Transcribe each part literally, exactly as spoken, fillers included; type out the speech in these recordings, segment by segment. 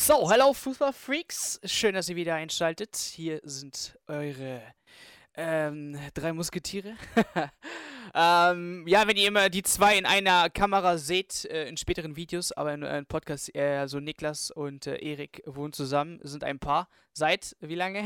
So, hallo Fußballfreaks. Schön, dass ihr wieder einschaltet. Hier sind eure ähm, drei Musketiere. ähm, ja, wenn ihr immer die zwei in einer Kamera seht, äh, in späteren Videos, aber in einem Podcast, äh, also Niklas und äh, Erik wohnen zusammen, sind ein Paar. Seit wie lange?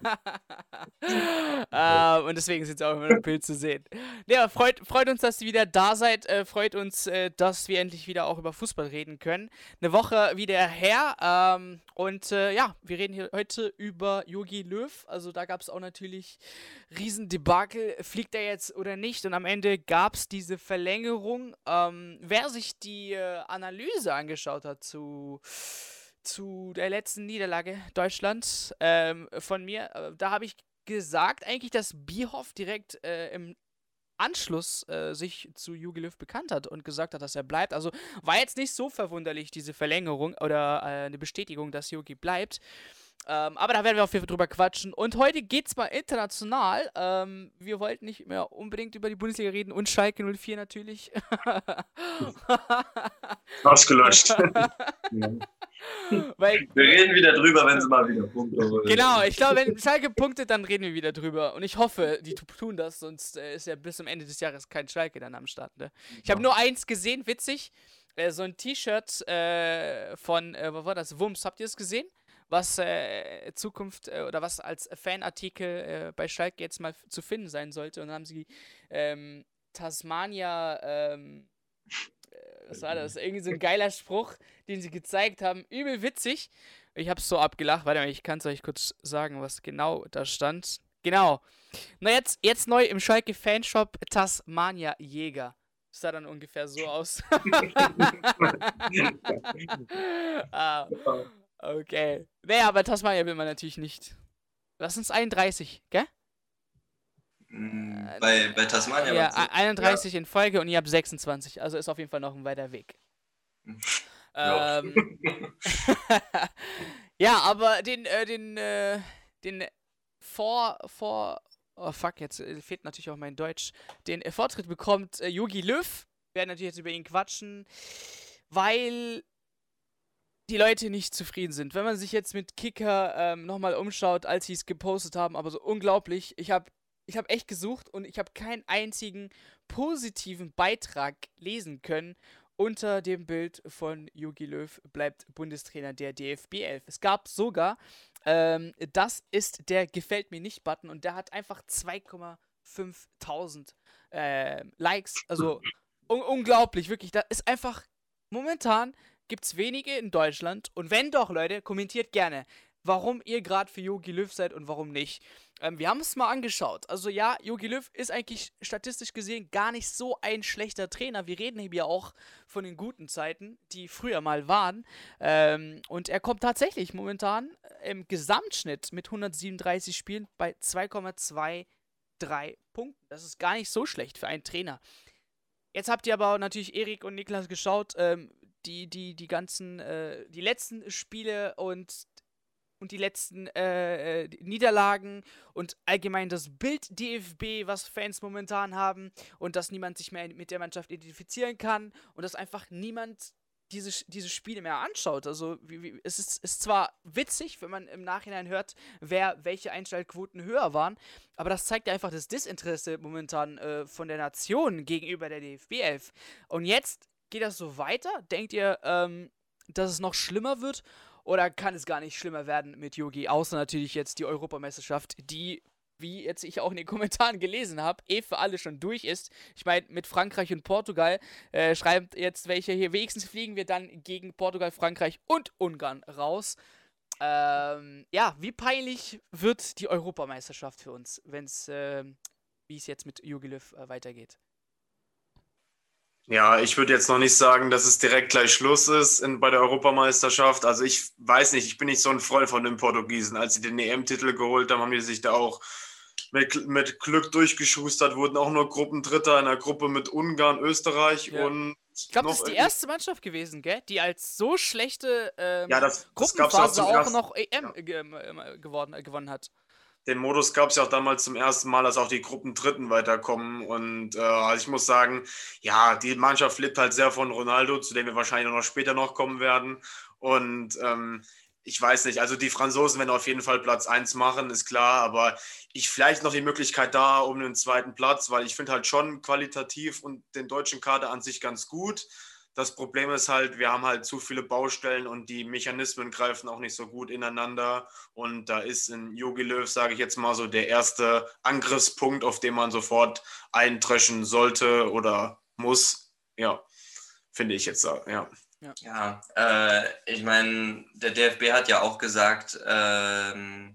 äh, und deswegen sind sie auch immer im Bild zu sehen. Ja, freut, freut uns, dass ihr wieder da seid. Äh, freut uns, äh, dass wir endlich wieder auch über Fußball reden können. Eine Woche wieder her. Ähm, und äh, ja, wir reden hier heute über Jogi Löw. Also da gab es auch natürlich Riesendebakel. Fliegt er jetzt oder nicht? Und am Ende gab es diese Verlängerung. Ähm, wer sich die äh, Analyse angeschaut hat zu... zu der letzten Niederlage Deutschlands ähm, von mir, äh, da habe ich gesagt eigentlich, dass Bierhoff direkt äh, im Anschluss äh, sich zu Jogi Löw bekannt hat und gesagt hat, dass er bleibt. Also war jetzt nicht so verwunderlich, diese Verlängerung oder äh, eine Bestätigung, dass Jogi bleibt. Ähm, aber da werden wir auf jeden Fall drüber quatschen. Und heute geht's mal international. Ähm, wir wollten nicht mehr unbedingt über die Bundesliga reden und Schalke null vier natürlich. Ausgelöscht. Ja. Weil, Wir reden wieder drüber, wenn sie mal wieder Punkte holen. Genau, ich glaube, wenn Schalke punktet, dann reden wir wieder drüber. Und ich hoffe, die tu- tun das, sonst äh, ist ja bis zum Ende des Jahres kein Schalke dann am Start. Ne? Ich habe nur eins gesehen, witzig. Äh, so ein T-Shirt äh, von, äh, was war das? Wumms, habt ihr es gesehen? Was äh, Zukunft äh, oder was als Fanartikel äh, bei Schalke jetzt mal f- zu finden sein sollte. Und dann haben sie ähm, Tasmania, ähm, äh, was war das? Irgendwie so ein geiler Spruch, den sie gezeigt haben. Übel witzig. Ich hab's so abgelacht. Warte mal, ich kann es euch kurz sagen, was genau da stand. Genau. Na, jetzt, jetzt neu im Schalke Fanshop Tasmania Jäger. Sah dann ungefähr so aus. ah, okay. Naja, aber Tasmania will man natürlich nicht. Lass uns einunddreißig, gell? Mm, Bei, bei Tasmania Ja, meinst du? einunddreißig in Folge und ihr habt sechsundzwanzig. Also ist auf jeden Fall noch ein weiter Weg. Ja. Ähm, ja, aber den, äh, den, äh, den vor, vor, oh fuck, jetzt äh, fehlt natürlich auch mein Deutsch. Den äh, Vortritt bekommt äh, Jogi Löw. Wir werden natürlich jetzt über ihn quatschen, weil die Leute nicht zufrieden sind. Wenn man sich jetzt mit Kicker ähm, nochmal umschaut, als sie es gepostet haben, aber so unglaublich. Ich habe ich hab echt gesucht und ich habe keinen einzigen positiven Beitrag lesen können unter dem Bild von Jogi Löw bleibt Bundestrainer der D F B elf. Es gab sogar, ähm, das ist der Gefällt mir nicht Button und der hat einfach zweitausendfünfhundert äh, Likes. Also un unglaublich, wirklich. Da ist einfach momentan gibt es wenige in Deutschland. Und wenn doch, Leute, kommentiert gerne, warum ihr gerade für Jogi Löw seid und warum nicht. Ähm, wir haben es mal angeschaut. Also ja, Jogi Löw ist eigentlich statistisch gesehen gar nicht so ein schlechter Trainer. Wir reden hier auch von den guten Zeiten, die früher mal waren. Ähm, und er kommt tatsächlich momentan im Gesamtschnitt mit hundertsiebenunddreißig Spielen bei zwei Komma drei Punkten. Das ist gar nicht so schlecht für einen Trainer. Jetzt habt ihr aber natürlich Erik und Niklas geschaut, ähm, die, die, die ganzen, äh, die letzten Spiele und, und die letzten äh, äh, Niederlagen und allgemein das Bild D F B, was Fans momentan haben und dass niemand sich mehr mit der Mannschaft identifizieren kann und dass einfach niemand diese, diese Spiele mehr anschaut. Also wie, wie, es ist, ist zwar witzig, wenn man im Nachhinein hört, wer welche Einschaltquoten höher waren, aber das zeigt ja einfach das Desinteresse momentan äh, von der Nation gegenüber der D F B elf. Und jetzt geht das so weiter? Denkt ihr, ähm, dass es noch schlimmer wird? Oder kann es gar nicht schlimmer werden mit Yogi? Außer natürlich jetzt die Europameisterschaft, die, wie jetzt ich auch in den Kommentaren gelesen habe, eh für alle schon durch ist. Ich meine, mit Frankreich und Portugal äh, schreibt jetzt welche hier. Wenigstens fliegen wir dann gegen Portugal, Frankreich und Ungarn raus. Ähm, ja, wie peinlich wird die Europameisterschaft für uns, wenn es, äh, wie es jetzt mit Jogi Löw äh, weitergeht? Ja, ich würde jetzt noch nicht sagen, dass es direkt gleich Schluss ist in, bei der Europameisterschaft. Also ich weiß nicht, ich bin nicht so ein Freund von den Portugiesen. Als sie den E M-Titel geholt haben, haben die sich da auch mit, mit Glück durchgeschustert, wurden auch nur Gruppendritter in einer Gruppe mit Ungarn, Österreich Ja. und Ich glaube, das noch ist die irgendwie. erste Mannschaft gewesen, gell? Die als so schlechte ähm, Ja, das, das gab es ja auch Gruppenphase zum auch ersten. noch E M Ja. ge äh, geworden, äh, gewonnen hat. Den Modus gab es ja auch damals zum ersten Mal, dass auch die Gruppendritten weiterkommen. Und äh, also ich muss sagen, ja, die Mannschaft lebt halt sehr von Ronaldo, zu dem wir wahrscheinlich noch später noch kommen werden. Und ähm, ich weiß nicht, also die Franzosen werden auf jeden Fall Platz eins machen, ist klar, aber ich vielleicht noch die Möglichkeit da um einen zweiten Platz, weil ich finde halt schon qualitativ und den deutschen Kader an sich ganz gut. Das Problem ist halt, wir haben halt zu viele Baustellen und die Mechanismen greifen auch nicht so gut ineinander. Und da ist in Jogi Löw, sage ich jetzt mal so, der erste Angriffspunkt, auf den man sofort eindreschen sollte oder muss. Ja, finde ich jetzt, ja. Ja, ja äh, ich meine, der D F B hat ja auch gesagt, ähm,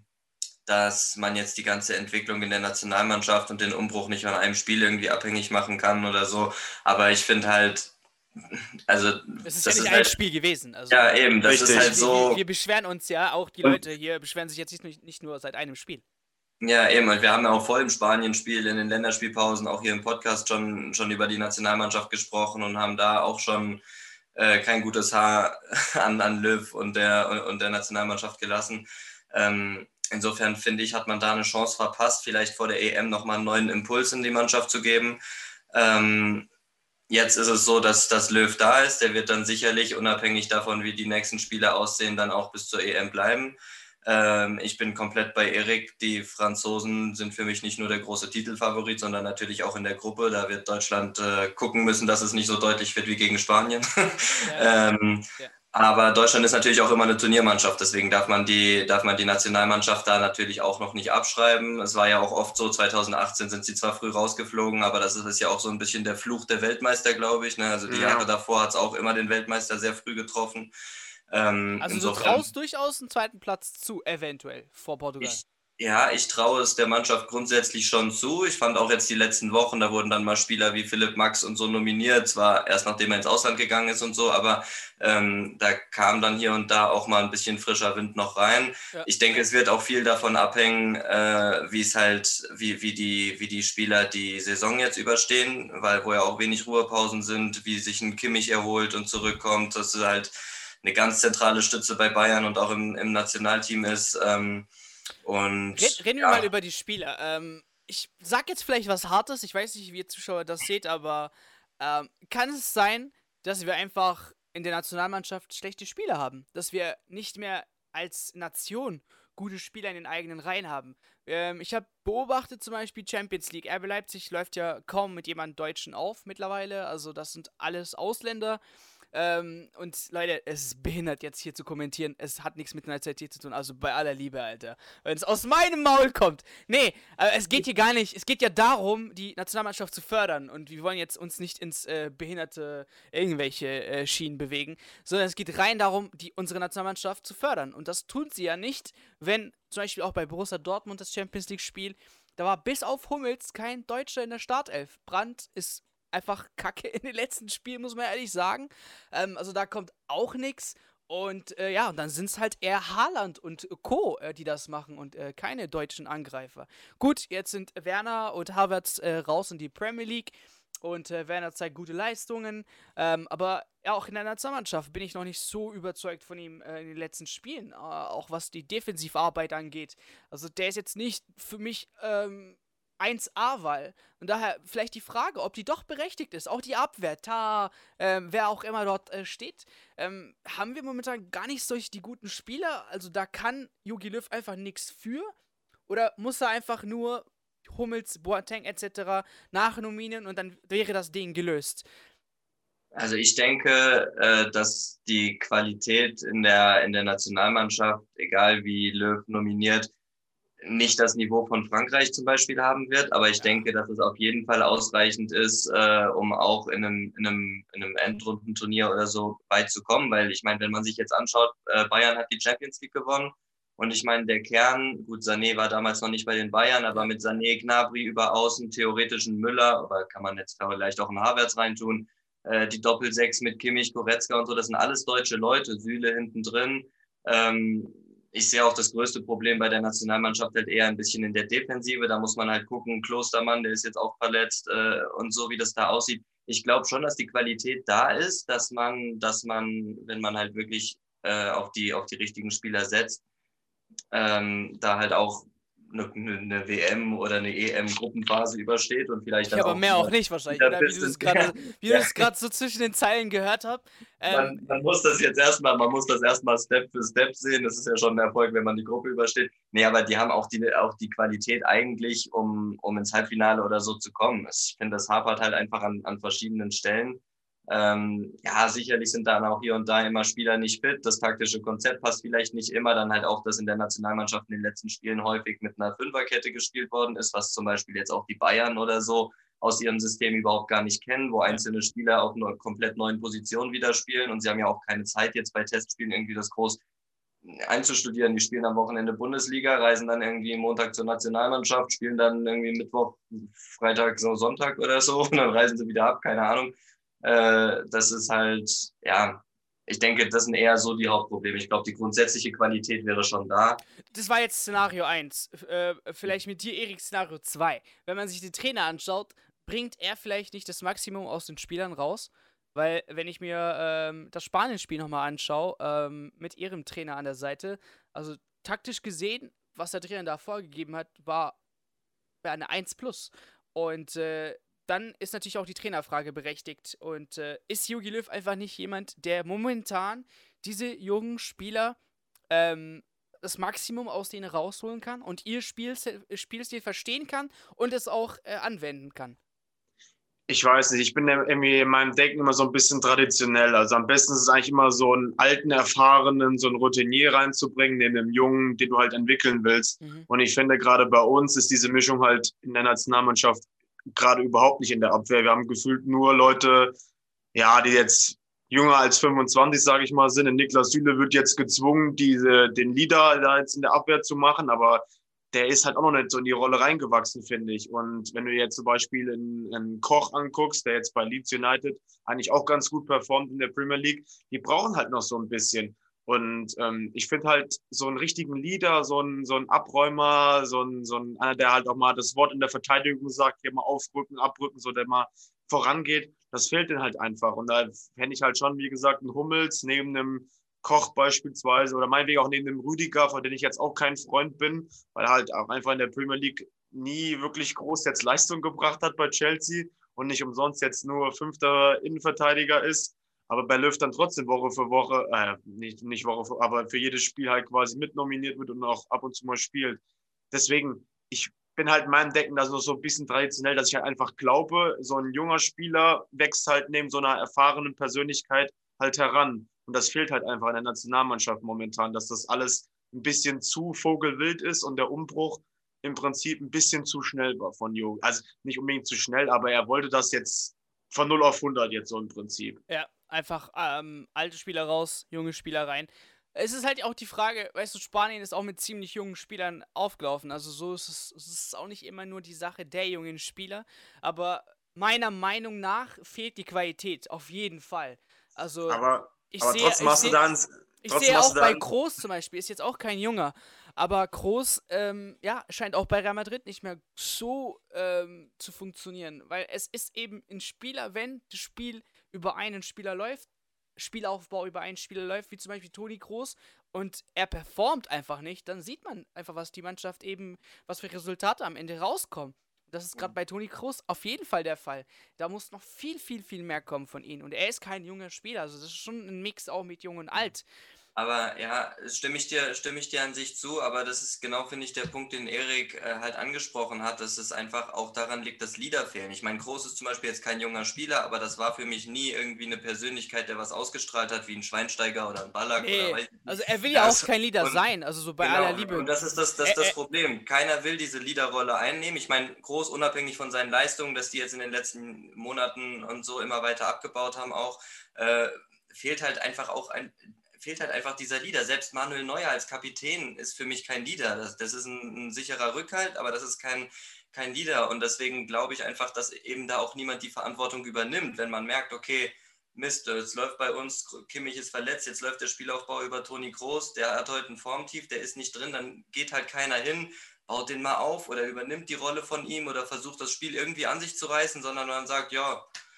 dass man jetzt die ganze Entwicklung in der Nationalmannschaft und den Umbruch nicht von einem Spiel irgendwie abhängig machen kann oder so. Aber ich finde halt, also es ist das ja nicht ist ein halt, Spiel gewesen. Also ja, eben, das richtig. ist halt so. Wir, wir beschweren uns ja, auch die Leute hier beschweren sich jetzt nicht, nicht nur seit einem Spiel. Ja, eben. Und wir haben ja auch vor dem Spanien-Spiel in den Länderspielpausen auch hier im Podcast schon, schon über die Nationalmannschaft gesprochen und haben da auch schon äh, kein gutes Haar an, an Löw und der, und der Nationalmannschaft gelassen. Ähm, insofern finde ich, hat man da eine Chance verpasst, vielleicht vor der E M nochmal einen neuen Impuls in die Mannschaft zu geben. Ähm, jetzt ist es so, dass, dass Löw da ist. Der wird dann sicherlich, unabhängig davon, wie die nächsten Spiele aussehen, dann auch bis zur E M bleiben. Ähm, ich bin komplett bei Erik. Die Franzosen sind für mich nicht nur der große Titelfavorit, sondern natürlich auch in der Gruppe. Da wird Deutschland äh, gucken müssen, dass es nicht so deutlich wird wie gegen Spanien. Ja. ähm, ja. Aber Deutschland ist natürlich auch immer eine Turniermannschaft, deswegen darf man die, darf man die Nationalmannschaft da natürlich auch noch nicht abschreiben. Es war ja auch oft so, zwanzig achtzehn sind sie zwar früh rausgeflogen, aber das ist ja auch so ein bisschen der Fluch der Weltmeister, glaube ich. Ne? Also die ja. Jahre davor hat es auch immer den Weltmeister sehr früh getroffen. Ähm, also insofern, du traust durchaus einen zweiten Platz zu, eventuell, vor Portugal. Ich, ja, ich traue es der Mannschaft grundsätzlich schon zu. Ich fand auch jetzt die letzten Wochen, da wurden dann mal Spieler wie Philipp Max und so nominiert, zwar erst nachdem er ins Ausland gegangen ist und so, aber ähm, da kam dann hier und da auch mal ein bisschen frischer Wind noch rein. Ja. Ich denke, es wird auch viel davon abhängen, äh, wie es halt, wie, wie, die, wie die Spieler die Saison jetzt überstehen, weil wo ja auch wenig Ruhepausen sind, wie sich ein Kimmich erholt und zurückkommt, dass es halt eine ganz zentrale Stütze bei Bayern und auch im, im Nationalteam ist. Ähm, und Red, reden wir ja. mal über die Spieler. Ähm, ich sag jetzt vielleicht was Hartes, ich weiß nicht, wie ihr Zuschauer das seht, aber ähm, kann es sein, dass wir einfach in der Nationalmannschaft schlechte Spieler haben? Dass wir nicht mehr als Nation gute Spieler in den eigenen Reihen haben? Ähm, ich habe beobachtet zum Beispiel Champions League. R B Leipzig läuft ja kaum mit jemandem Deutschen auf mittlerweile, also das sind alles Ausländer. Ähm, und Leute, es ist behindert jetzt hier zu kommentieren, es hat nichts mit Nationalität zu tun, also bei aller Liebe, Alter. Wenn es aus meinem Maul kommt. Nee, äh, es geht hier gar nicht, es geht ja darum, die Nationalmannschaft zu fördern und wir wollen jetzt uns nicht ins äh, behinderte irgendwelche äh, Schienen bewegen, sondern es geht rein darum, die, unsere Nationalmannschaft zu fördern und das tun sie ja nicht, wenn zum Beispiel auch bei Borussia Dortmund das Champions League Spiel, da war bis auf Hummels kein Deutscher in der Startelf. Brandt ist einfach kacke in den letzten Spielen, muss man ehrlich sagen. Ähm, also da kommt auch nichts. Und äh, ja, und dann sind es halt eher Haaland und Co., äh, die das machen und äh, keine deutschen Angreifer. Gut, jetzt sind Werner und Havertz äh, raus in die Premier League und äh, Werner zeigt gute Leistungen. Ähm, aber ja, auch in der Nationalmannschaft bin ich noch nicht so überzeugt von ihm äh, in den letzten Spielen, äh, auch was die Defensivarbeit angeht. Also der ist jetzt nicht für mich ähm, eins A-Wahl. Und daher vielleicht die Frage, ob die doch berechtigt ist. Auch die Abwehr, Ta, ähm, wer auch immer dort äh, steht, ähm, haben wir momentan gar nicht solch die guten Spieler. Also da kann Jogi Löw einfach nichts für. Oder muss er einfach nur Hummels, Boateng et cetera nachnominieren und dann wäre das Ding gelöst. Also ich denke, äh, dass die Qualität in der, in der Nationalmannschaft, egal wie Löw nominiert, nicht das Niveau von Frankreich zum Beispiel haben wird, aber ich ja. denke, dass es auf jeden Fall ausreichend ist, äh, um auch in einem, in einem, in einem Endrundenturnier oder so weit zu kommen, weil ich meine, wenn man sich jetzt anschaut, äh, Bayern hat die Champions League gewonnen und ich meine, der Kern, gut, Sané war damals noch nicht bei den Bayern, aber mit Sané, Gnabry über Außen, theoretisch ein Müller, aber kann man jetzt vielleicht auch einen Havertz reintun, äh, die Doppelsechs mit Kimmich, Goretzka und so, das sind alles deutsche Leute, Süle hinten drin, ähm, ich sehe auch das größte Problem bei der Nationalmannschaft halt eher ein bisschen in der Defensive. Da muss man halt gucken, Klostermann, der ist jetzt auch verletzt äh, und so, wie das da aussieht. Ich glaube schon, dass die Qualität da ist, dass man, dass man, wenn man halt wirklich äh, auf die, auf die richtigen Spieler setzt, ähm, da halt auch eine, eine W M oder eine E M-Gruppenphase übersteht und vielleicht dann Ja, aber auch mehr wieder, auch nicht wahrscheinlich, wieder oder? ein Wie du bisschen, das gerade, wie du ja, das gerade so zwischen den Zeilen gehört hast. Ähm, man, man muss das jetzt erstmal, man muss das erstmal Step für Step sehen. Das ist ja schon ein Erfolg, wenn man die Gruppe übersteht. Nee, aber die haben auch die, auch die Qualität eigentlich, um, um ins Halbfinale oder so zu kommen. Ich finde, das hapert halt einfach an, an verschiedenen Stellen. Ähm, ja, sicherlich sind dann auch hier und da immer Spieler nicht fit. Das taktische Konzept passt vielleicht nicht immer. Dann halt auch, dass in der Nationalmannschaft in den letzten Spielen häufig mit einer Fünferkette gespielt worden ist, was zum Beispiel jetzt auch die Bayern oder so aus ihrem System überhaupt gar nicht kennen, wo einzelne Spieler auf einer komplett neuen Positionen wieder spielen. Und sie haben ja auch keine Zeit, jetzt bei Testspielen irgendwie das groß einzustudieren. Die spielen am Wochenende Bundesliga, reisen dann irgendwie Montag zur Nationalmannschaft, spielen dann irgendwie Mittwoch, Freitag, so Sonntag oder so und dann reisen sie wieder ab, keine Ahnung. Äh, das ist halt, ja, ich denke, das sind eher so die Hauptprobleme. Ich glaube, die grundsätzliche Qualität wäre schon da. Das war jetzt Szenario eins. Äh, vielleicht mit dir, Erik, Szenario zwei. Wenn man sich den Trainer anschaut, bringt er vielleicht nicht das Maximum aus den Spielern raus. Weil, wenn ich mir ähm, das Spanien-Spiel nochmal anschaue, ähm, mit ihrem Trainer an der Seite, also taktisch gesehen, was der Trainer da vorgegeben hat, war eine eins plus. Und äh, dann ist natürlich auch die Trainerfrage berechtigt. Und äh, ist Jogi Löw einfach nicht jemand, der momentan diese jungen Spieler ähm, das Maximum aus denen rausholen kann und ihr Spielstil, Spielstil verstehen kann und es auch äh, anwenden kann? Ich weiß nicht, ich bin irgendwie in meinem Denken immer so ein bisschen traditionell. Also am besten ist es eigentlich immer so einen alten, erfahrenen, so einen Routinier reinzubringen, neben dem Jungen, den du halt entwickeln willst. Mhm. Und ich finde, gerade bei uns ist diese Mischung halt in der Nationalmannschaft gerade überhaupt nicht in der Abwehr. Wir haben gefühlt nur Leute, ja, die jetzt jünger als fünfundzwanzig, sage ich mal, sind. Und Niklas Süle wird jetzt gezwungen, diese, den Leader da jetzt in der Abwehr zu machen, aber der ist halt auch noch nicht so in die Rolle reingewachsen, finde ich. Und wenn du jetzt zum Beispiel einen, einen Koch anguckst, der jetzt bei Leeds United eigentlich auch ganz gut performt in der Premier League, die brauchen halt noch so ein bisschen. Und ähm, ich finde halt so einen richtigen Leader, so einen, so einen Abräumer, so einen, so einen, einer, der halt auch mal das Wort in der Verteidigung sagt, hier mal aufrücken, abrücken, so der mal vorangeht, das fehlt denen halt einfach. Und da fände ich halt schon, wie gesagt, einen Hummels neben einem Koch beispielsweise oder meinetwegen auch neben dem Rüdiger, von dem ich jetzt auch kein Freund bin, weil er halt auch einfach in der Premier League nie wirklich groß jetzt Leistung gebracht hat bei Chelsea und nicht umsonst jetzt nur fünfter Innenverteidiger ist, aber bei Löw dann trotzdem Woche für Woche, äh, nicht, nicht Woche für, aber für jedes Spiel halt quasi mitnominiert wird und auch ab und zu mal spielt. Deswegen, ich bin halt in meinem Denken da so, so ein bisschen traditionell, dass ich halt einfach glaube, so ein junger Spieler wächst halt neben so einer erfahrenen Persönlichkeit halt heran. Und das fehlt halt einfach in der Nationalmannschaft momentan, dass das alles ein bisschen zu vogelwild ist und der Umbruch im Prinzip ein bisschen zu schnell war von Jogi. Also nicht unbedingt zu schnell, aber er wollte das jetzt von null auf hundert jetzt so im Prinzip. Ja, einfach ähm, alte Spieler raus, junge Spieler rein. Es ist halt auch die Frage, weißt du, Spanien ist auch mit ziemlich jungen Spielern aufgelaufen. Also so ist es, es ist auch nicht immer nur die Sache der jungen Spieler. Aber meiner Meinung nach fehlt die Qualität, auf jeden Fall. Also Aber, ich aber sehe, trotzdem ich hast du sehe, dann. ich Trotzdem sehe hast auch du bei dann. Kroos zum Beispiel, ist jetzt auch kein Junger. Aber Kroos, ähm, ja, scheint auch bei Real Madrid nicht mehr so ähm, zu funktionieren. Weil es ist eben ein Spieler, wenn das Spiel über einen Spieler läuft, Spielaufbau über einen Spieler läuft, wie zum Beispiel Toni Kroos, und er performt einfach nicht, dann sieht man einfach, was die Mannschaft eben, was für Resultate am Ende rauskommen. Das ist gerade bei Toni Kroos auf jeden Fall der Fall. Da muss noch viel, viel, viel mehr kommen von ihm. Und er ist kein junger Spieler, also das ist schon ein Mix auch mit Jung und Alt. Aber ja, stimme ich dir, stimme ich dir an sich zu, aber das ist genau, finde ich, der Punkt, den Erik äh, halt angesprochen hat, dass es einfach auch daran liegt, dass Lieder fehlen. Ich meine, Kroos ist zum Beispiel jetzt kein junger Spieler, aber das war für mich nie irgendwie eine Persönlichkeit, der was ausgestrahlt hat, wie ein Schweinsteiger oder ein Ballack oder Nee, weiß ich nicht. also er will ja auch Das, kein Leader und sein, also so bei genau, aller und, Liebe. und das ist das, das, Ä- das ä- Problem. Keiner will diese Leaderrolle einnehmen. Ich meine, Kroos, unabhängig von seinen Leistungen, dass die jetzt in den letzten Monaten und so immer weiter abgebaut haben, auch äh, fehlt halt einfach auch ein fehlt halt einfach dieser Leader. Selbst Manuel Neuer als Kapitän ist für mich kein Leader. Das, das ist ein, ein sicherer Rückhalt, aber das ist kein, kein Leader. Und deswegen glaube ich einfach, dass eben da auch niemand die Verantwortung übernimmt, wenn man merkt, okay, Mist, es läuft bei uns, Kimmich ist verletzt, jetzt läuft der Spielaufbau über Toni Kroos, der hat heute ein Formtief, der ist nicht drin, dann geht halt keiner hin, baut den mal auf oder übernimmt die Rolle von ihm oder versucht das Spiel irgendwie an sich zu reißen, sondern man sagt, ja,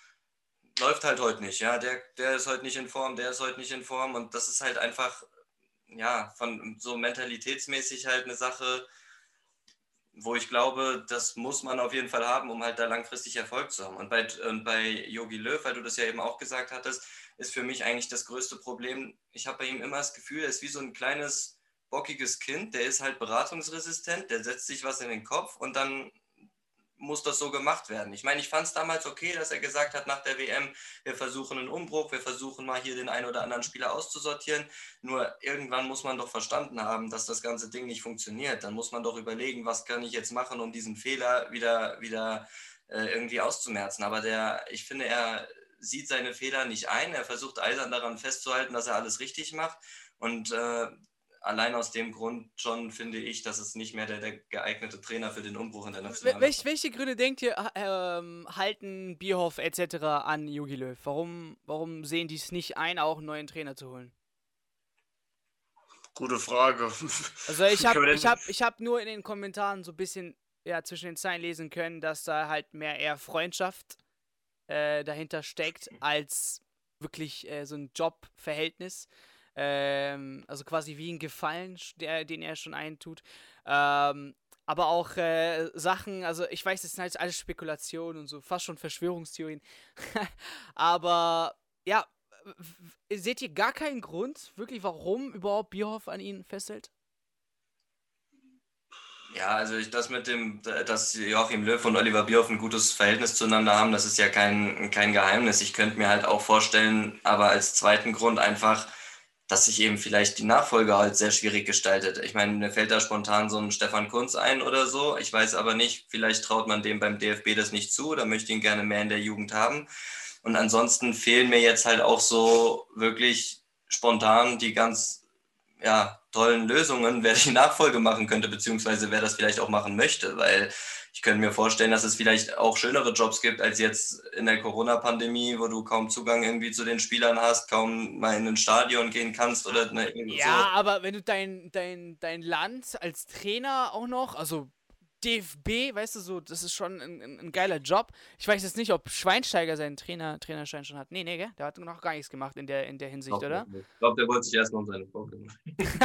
läuft halt heute nicht, ja, der, der ist heute nicht in Form, der ist heute nicht in Form und das ist halt einfach, ja, von so mentalitätsmäßig halt eine Sache, wo ich glaube, das muss man auf jeden Fall haben, um halt da langfristig Erfolg zu haben. Und bei, und bei Jogi Löw, weil du das ja eben auch gesagt hattest, ist für mich eigentlich das größte Problem, ich habe bei ihm immer das Gefühl, er ist wie so ein kleines, bockiges Kind, der ist halt beratungsresistent, der setzt sich was in den Kopf und dann muss das so gemacht werden. Ich meine, ich fand es damals okay, dass er gesagt hat nach der W M, wir versuchen einen Umbruch, wir versuchen mal hier den einen oder anderen Spieler auszusortieren. Nur irgendwann muss man doch verstanden haben, dass das ganze Ding nicht funktioniert. Dann muss man doch überlegen, was kann ich jetzt machen, um diesen Fehler wieder, wieder äh, irgendwie auszumerzen. Aber der, ich finde, er sieht seine Fehler nicht ein. Er versucht eisern daran festzuhalten, dass er alles richtig macht. Und äh, allein aus dem Grund schon finde ich, dass es nicht mehr der, der geeignete Trainer für den Umbruch in der Nationalmannschaft Wel welche Gründe denkt ihr, ähm, halten Bierhoff et cetera an Jogi Löw? Warum, warum sehen die es nicht ein, auch einen neuen Trainer zu holen? Gute Frage. Also ich habe ich hab, ich hab nur in den Kommentaren so ein bisschen ja, zwischen den Zeilen lesen können, dass da halt mehr eher Freundschaft äh, dahinter steckt, als wirklich äh, so ein Jobverhältnis. Ähm, also quasi wie ein Gefallen, der, den er schon eintut. Ähm, aber auch äh, Sachen, also ich weiß, das sind halt alles Spekulationen und so, fast schon Verschwörungstheorien. Aber ja, seht ihr gar keinen Grund, wirklich, warum überhaupt Bierhoff an ihn festhält? Ja, also ich, das mit dem, dass Joachim Löw und Oliver Bierhoff ein gutes Verhältnis zueinander haben, das ist ja kein, kein Geheimnis. Ich könnte mir halt auch vorstellen, aber als zweiten Grund einfach, dass sich eben vielleicht die Nachfolge halt sehr schwierig gestaltet. Ich meine, mir fällt da spontan so ein Stefan Kuntz ein oder so. Ich weiß aber nicht, vielleicht traut man dem beim D F B das nicht zu oder möchte ihn gerne mehr in der Jugend haben. Und ansonsten fehlen mir jetzt halt auch so wirklich spontan die ganz ja, tollen Lösungen, wer die Nachfolge machen könnte, beziehungsweise wer das vielleicht auch machen möchte, weil ich könnte mir vorstellen, dass es vielleicht auch schönere Jobs gibt als jetzt in der Corona-Pandemie, wo du kaum Zugang irgendwie zu den Spielern hast, kaum mal in ein Stadion gehen kannst oder ne, Ja, so. aber wenn du dein, dein, dein Land als Trainer auch noch, also D F B, weißt du, so, das ist schon ein, ein, ein geiler Job. Ich weiß jetzt nicht, ob Schweinsteiger seinen Trainer, Trainerschein schon hat. Nee, nee, gell? Der hat noch gar nichts gemacht in der, in der Hinsicht, oder? Ich glaube, der wollte sich erstmal um seine Frau kümmern.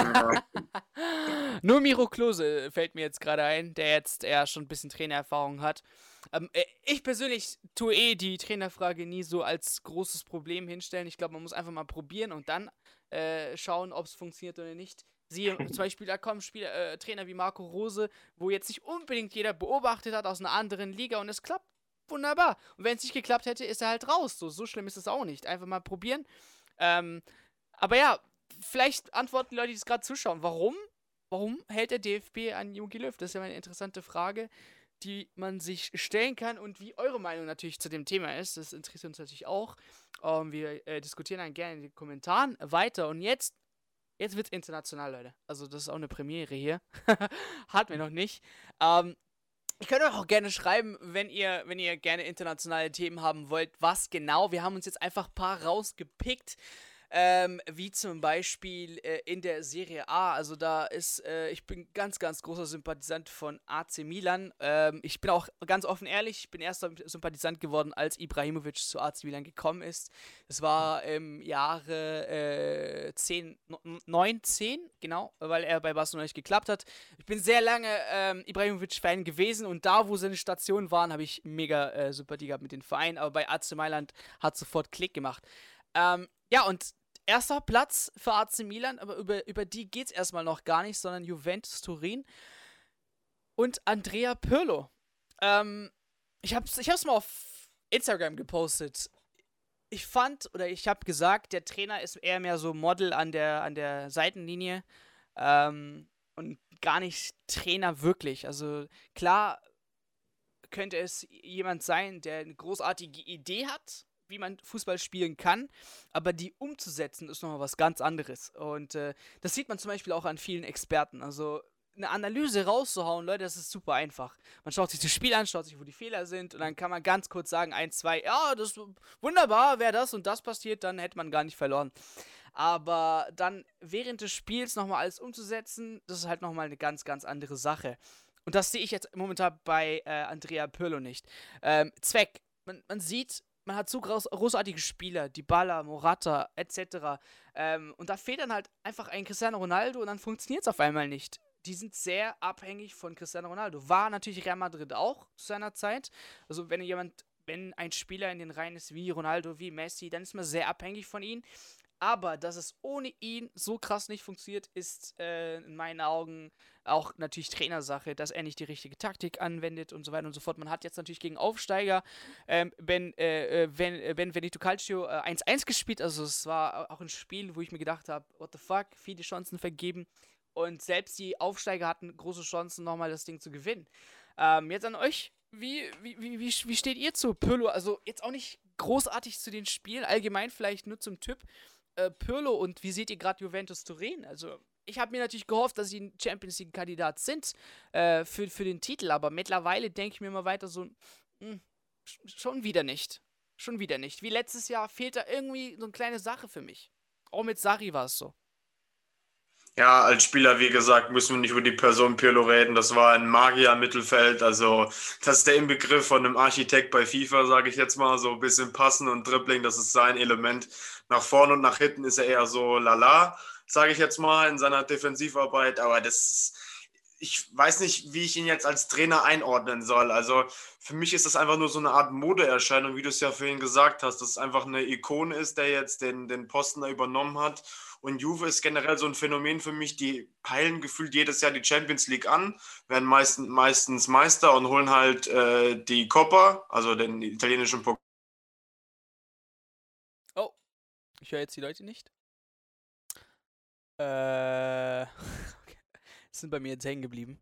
Nur Miro Klose fällt mir jetzt gerade ein, der jetzt eher schon ein bisschen Trainererfahrung hat. Ähm, äh, ich persönlich tue eh die Trainerfrage nie so als großes Problem hinstellen. Ich glaube, man muss einfach mal probieren und dann äh, schauen, ob es funktioniert oder nicht. Siehe zum Beispiel, da kommen Spieler, äh, Trainer wie Marco Rose, wo jetzt nicht unbedingt jeder beobachtet hat aus einer anderen Liga und es klappt wunderbar. Und wenn es nicht geklappt hätte, ist er halt raus. So, so schlimm ist es auch nicht. Einfach mal probieren. Ähm, aber ja, vielleicht antworten die Leute, die es gerade zuschauen. Warum? Warum hält der D F B an Jogi Löw? Das ist ja mal eine interessante Frage, die man sich stellen kann und wie eure Meinung natürlich zu dem Thema ist. Das interessiert uns natürlich auch. Ähm, wir äh, diskutieren dann gerne in den Kommentaren weiter. Und jetzt, jetzt wird es international, Leute. Also das ist auch eine Premiere hier. Hatten wir noch nicht. Ähm, ihr könnt auch gerne schreiben, wenn ihr, wenn ihr gerne internationale Themen haben wollt, was genau. Wir haben uns jetzt einfach ein paar rausgepickt. Ähm, wie zum Beispiel äh, in der Serie A, also da ist, äh, ich bin ganz, ganz großer Sympathisant von A C Milan. Ähm, ich bin auch ganz offen ehrlich, ich bin erst Sympathisant geworden, als Ibrahimovic zu A C Milan gekommen ist. Das war im Jahre äh, zehn, neun, zehn, genau, weil er bei Barcelona nicht geklappt hat. Ich bin sehr lange ähm, Ibrahimovic-Fan gewesen und da, wo seine Stationen waren, habe ich mega äh, Sympathie gehabt mit den Vereinen, aber bei A C Mailand hat sofort Klick gemacht. Ähm, ja, und erster Platz für A C Milan, aber über, über die geht es erstmal noch gar nicht, sondern Juventus Turin und Andrea Pirlo. Ähm, ich hab's, ich hab's mal auf Instagram gepostet. Ich fand, oder ich habe gesagt, der Trainer ist eher mehr so Model an der, an der Seitenlinie ähm, und gar nicht Trainer wirklich. Also klar könnte es jemand sein, der eine großartige Idee hat, wie man Fußball spielen kann, aber die umzusetzen ist nochmal was ganz anderes. Und äh, das sieht man zum Beispiel auch an vielen Experten. Also eine Analyse rauszuhauen, Leute, das ist super einfach. Man schaut sich das Spiel an, schaut sich, wo die Fehler sind und dann kann man ganz kurz sagen, eins, zwei, ja, das ist wunderbar, wäre das und das passiert, dann hätte man gar nicht verloren. Aber dann während des Spiels nochmal alles umzusetzen, das ist halt nochmal eine ganz, ganz andere Sache. Und das sehe ich jetzt momentan bei äh, Andrea Pirlo nicht. Ähm, Zweck, man, man sieht, man hat so groß, großartige Spieler, Dybala, Morata, et cetera. Ähm, und da fehlt dann halt einfach ein Cristiano Ronaldo und dann funktioniert es auf einmal nicht. die sind sehr abhängig von Cristiano Ronaldo. War natürlich Real Madrid auch zu seiner Zeit. Also wenn jemand, wenn ein Spieler in den Reihen ist wie Ronaldo, wie Messi, dann ist man sehr abhängig von ihm. Aber dass es ohne ihn so krass nicht funktioniert, ist äh, in meinen Augen auch natürlich Trainersache, dass er nicht die richtige Taktik anwendet und so weiter und so fort. Man hat jetzt natürlich gegen Aufsteiger ähm, Ben, äh, Ben, äh, Benvenuto Calcio äh, eins eins gespielt. Also es war auch ein Spiel, wo ich mir gedacht habe, what the fuck, viele Chancen vergeben. Und selbst die Aufsteiger hatten große Chancen, nochmal das Ding zu gewinnen. Ähm, jetzt an euch. Wie, wie, wie, wie, wie steht ihr zu Pirlo? Also jetzt auch nicht großartig zu den Spielen, allgemein vielleicht nur zum Typ. Äh, Pirlo, und wie seht ihr gerade Juventus Turin? Also ich habe mir natürlich gehofft, dass sie ein Champions League-Kandidat sind äh, für, für den Titel, aber mittlerweile denke ich mir mal weiter so, mh, schon wieder nicht. Schon wieder nicht. Wie letztes Jahr fehlt da irgendwie so eine kleine Sache für mich. Auch mit Sarri war es so. Ja, als Spieler, wie gesagt, müssen wir nicht über die Person Pirlo reden. Das war ein Magier im Mittelfeld. Also, das ist der Inbegriff von einem Architekt bei FIFA, sage ich jetzt mal. So ein bisschen Passen und Dribbling, das ist sein Element. Nach vorne und nach hinten ist er eher so lala, sage ich jetzt mal, in seiner Defensivarbeit. Aber das ist, ich weiß nicht, wie ich ihn jetzt als Trainer einordnen soll. Also, für mich ist das einfach nur so eine Art Modeerscheinung, wie du es ja vorhin gesagt hast, dass es einfach eine Ikone ist, der jetzt den, den Posten da übernommen hat. Und Juve ist generell so ein Phänomen für mich, die peilen gefühlt jedes Jahr die Champions League an, werden meistens, meistens Meister und holen halt äh, die Coppa, also den italienischen Pokal. Oh, ich höre jetzt die Leute nicht. Äh, okay. Sind bei mir jetzt hängen geblieben.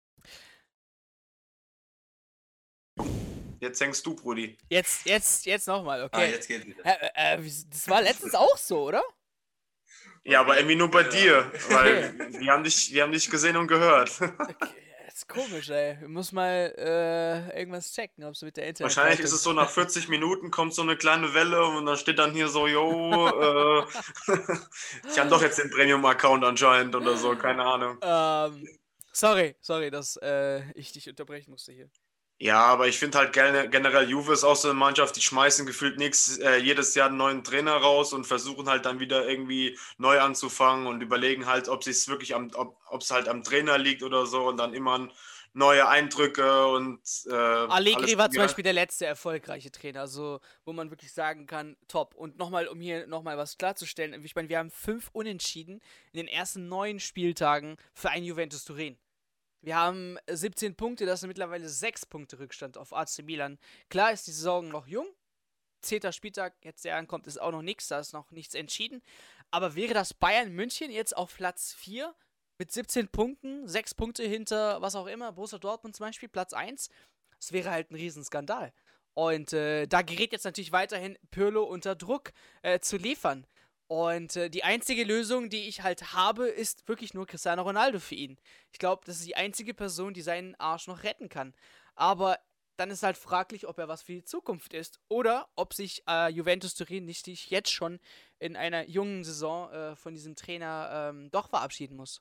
Jetzt hängst du, Brudi. Jetzt, jetzt, jetzt nochmal, okay. Ah, jetzt geht's wieder. Äh, äh, das war letztens auch so, oder? Ja, aber irgendwie nur bei dir, weil wir haben dich, wir haben dich gesehen und gehört. Okay, das ist komisch, ey. Ich muss mal äh, irgendwas checken, ob es mit der Internet. Wahrscheinlich ist es so, nach vierzig Minuten kommt so eine kleine Welle und dann steht dann hier so, yo, äh, ich habe doch jetzt den Premium-Account anscheinend oder so, keine Ahnung. Ähm, sorry, sorry, dass äh, ich dich unterbrechen musste hier. Ja, aber ich finde halt gen- generell, Juve ist auch so eine Mannschaft, die schmeißen gefühlt nichts, äh, jedes Jahr einen neuen Trainer raus und versuchen halt dann wieder irgendwie neu anzufangen und überlegen halt, ob es wirklich am, ob es halt am Trainer liegt oder so und dann immer neue Eindrücke und äh, Allegri alles war zum wieder- Beispiel der letzte erfolgreiche Trainer, also wo man wirklich sagen kann, top. Und nochmal, um hier nochmal was klarzustellen, ich meine, wir haben fünf Unentschieden in den ersten neun Spieltagen für ein Juventus Turin. Wir haben siebzehn Punkte, das sind mittlerweile sechs Punkte Rückstand auf A C Milan. Klar ist die Saison noch jung. Zehnter Spieltag, jetzt der ankommt, ist auch noch nichts, da ist noch nichts entschieden. Aber wäre das Bayern München jetzt auf Platz vier mit siebzehn Punkten, sechs Punkte hinter was auch immer, Borussia Dortmund zum Beispiel, Platz eins, das wäre halt ein Riesenskandal. Und äh, da gerät jetzt natürlich weiterhin Pirlo unter Druck äh, zu liefern. Und äh, die einzige Lösung, die ich halt habe, ist wirklich nur Cristiano Ronaldo für ihn. Ich glaube, das ist die einzige Person, die seinen Arsch noch retten kann. Aber dann ist halt fraglich, ob er was für die Zukunft ist. Oder ob sich äh, Juventus Turin nicht sich jetzt schon in einer jungen Saison äh, von diesem Trainer ähm, doch verabschieden muss.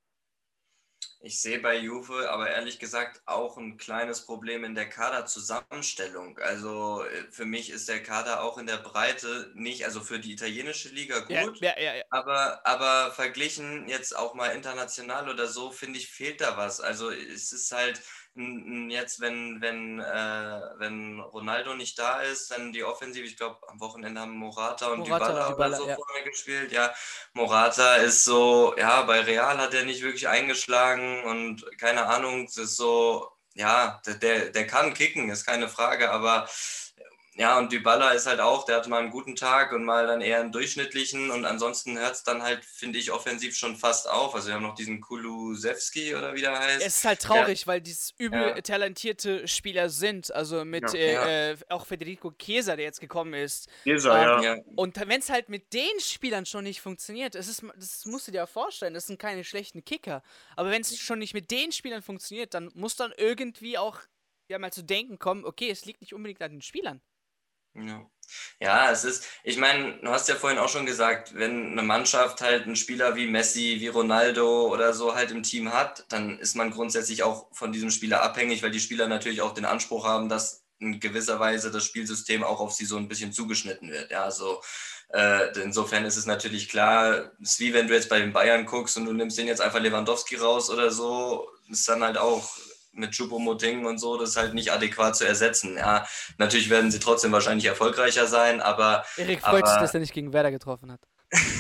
Ich sehe bei Juve aber ehrlich gesagt auch ein kleines Problem in der Kaderzusammenstellung. Also äh, für mich ist der Kader auch in der Breite nicht, also für die italienische Liga gut, Ja, ja, ja, ja. aber, aber verglichen jetzt auch mal international oder so, finde ich, fehlt da was. Also es ist halt n- n- jetzt, wenn, wenn, äh, wenn Ronaldo nicht da ist, dann die Offensive, ich glaube, am Wochenende haben Morata und Morata Dybala, und Dybala, oder so ja. vorne gespielt. Ja, Morata ist so, ja, bei Real hat er nicht wirklich eingeschlagen und keine Ahnung, es ist so, ja, der, der, der kann kicken, ist keine Frage, aber ja, und Dybala ist halt auch, der hat mal einen guten Tag und mal dann eher einen durchschnittlichen und ansonsten hört es dann halt, finde ich, offensiv schon fast auf. Also wir haben noch diesen Kulusewski oder wie der heißt. Es ist halt traurig, weil dies übel Ja. talentierte Spieler sind. Also mit Ja. äh, Ja. äh, auch Federico Chiesa, der jetzt gekommen ist. Dieser, Ähm, ja. Ja, Und wenn es halt mit den Spielern schon nicht funktioniert, es ist, das musst du dir ja vorstellen, das sind keine schlechten Kicker. Aber wenn es schon nicht mit den Spielern funktioniert, dann muss dann irgendwie auch ja mal zu denken kommen, okay, es liegt nicht unbedingt an den Spielern. ja. Ja, es ist, ich meine, du hast ja vorhin auch schon gesagt, wenn eine Mannschaft halt einen Spieler wie Messi, wie Ronaldo oder so halt im Team hat, dann ist man grundsätzlich auch von diesem Spieler abhängig, weil die Spieler natürlich auch den Anspruch haben, dass in gewisser Weise das Spielsystem auch auf sie so ein bisschen zugeschnitten wird. Ja, also Äh, insofern ist es natürlich klar, es ist wie wenn du jetzt bei den Bayern guckst und du nimmst den jetzt einfach Lewandowski raus oder so, ist dann halt auch mit Choupo-Moting und so, das ist halt nicht adäquat zu ersetzen. Ja, natürlich werden sie trotzdem wahrscheinlich erfolgreicher sein, aber... Erik freut aber, sich, dass er nicht gegen Werder getroffen hat.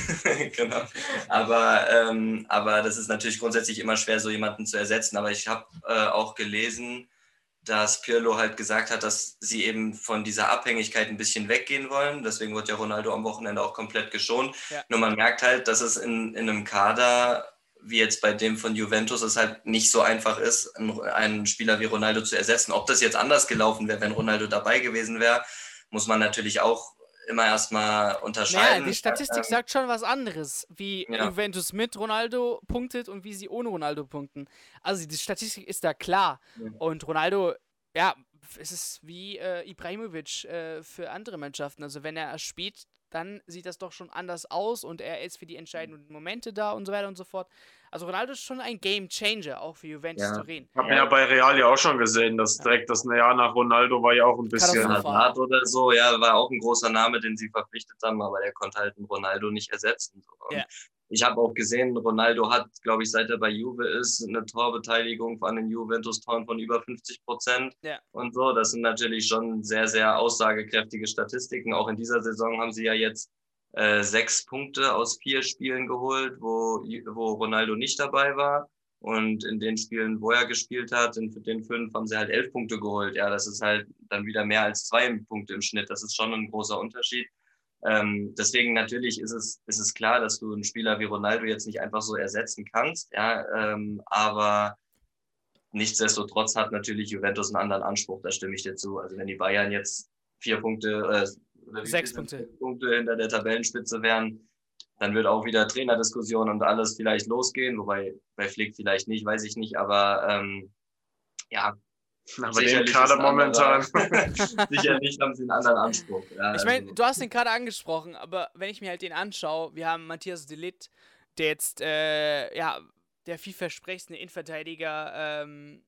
Genau. Aber, ähm, aber das ist natürlich grundsätzlich immer schwer, so jemanden zu ersetzen. Aber ich habe äh, auch gelesen, dass Pirlo halt gesagt hat, dass sie eben von dieser Abhängigkeit ein bisschen weggehen wollen. Deswegen wird ja Ronaldo am Wochenende auch komplett geschont. Ja. Nur man merkt halt, dass es in, in einem Kader, wie jetzt bei dem von Juventus, es halt nicht so einfach ist, einen, einen Spieler wie Ronaldo zu ersetzen. Ob das jetzt anders gelaufen wäre, wenn Ronaldo dabei gewesen wäre, muss man natürlich auch immer erstmal unterscheiden. Naja, die Statistik ähm, sagt schon was anderes, wie Ja. Juventus mit Ronaldo punktet und wie sie ohne Ronaldo punkten. Also die Statistik ist da klar. Ja. Und Ronaldo, ja, es ist wie äh, Ibrahimovic äh, für andere Mannschaften. Also wenn er spielt, dann sieht das doch schon anders aus und er ist für die entscheidenden Momente da und so weiter und so fort. Also Ronaldo ist schon ein Game Changer, auch für Juventus Ja. Turin. Ich habe ja bei Real ja auch schon gesehen, dass direkt das Jahr nach Ronaldo war ja auch ein bisschen. Katastrophe. Hazard oder so, ja, war auch ein großer Name, den sie verpflichtet haben, aber der konnte halt einen Ronaldo nicht ersetzen. Und Ja. ich habe auch gesehen, Ronaldo hat, glaube ich, seit er bei Juve ist, eine Torbeteiligung an den Juventus-Toren von über fünfzig Prozent Ja. und so. Das sind natürlich schon sehr, sehr aussagekräftige Statistiken. Auch in dieser Saison haben sie ja jetzt äh, sechs Punkte aus vier Spielen geholt, wo, wo Ronaldo nicht dabei war. Und in den Spielen, wo er gespielt hat, in den fünf, haben sie halt elf Punkte geholt. Ja, das ist halt dann wieder mehr als zwei Punkte im Schnitt. Das ist schon ein großer Unterschied. Ähm, deswegen natürlich ist es, ist es klar, dass du einen Spieler wie Ronaldo jetzt nicht einfach so ersetzen kannst. Ja, ähm, aber nichtsdestotrotz hat natürlich Juventus einen anderen Anspruch. Da stimme ich dir zu. Also wenn die Bayern jetzt vier Punkte, äh, oder wie Sechs viel sind Punkte. sechs Punkte hinter der Tabellenspitze wären, dann wird auch wieder Trainerdiskussion und alles vielleicht losgehen, wobei bei Flick vielleicht nicht, weiß ich nicht, aber ähm, ja. Aber den Kader momentan. Sicherlich haben sie einen anderen Anspruch. Ja, Ich meine, also. du hast den gerade angesprochen, aber wenn ich mir halt den anschaue, wir haben Matthias de Ligt, der jetzt, äh, ja, der vielversprechende Innenverteidiger ähm,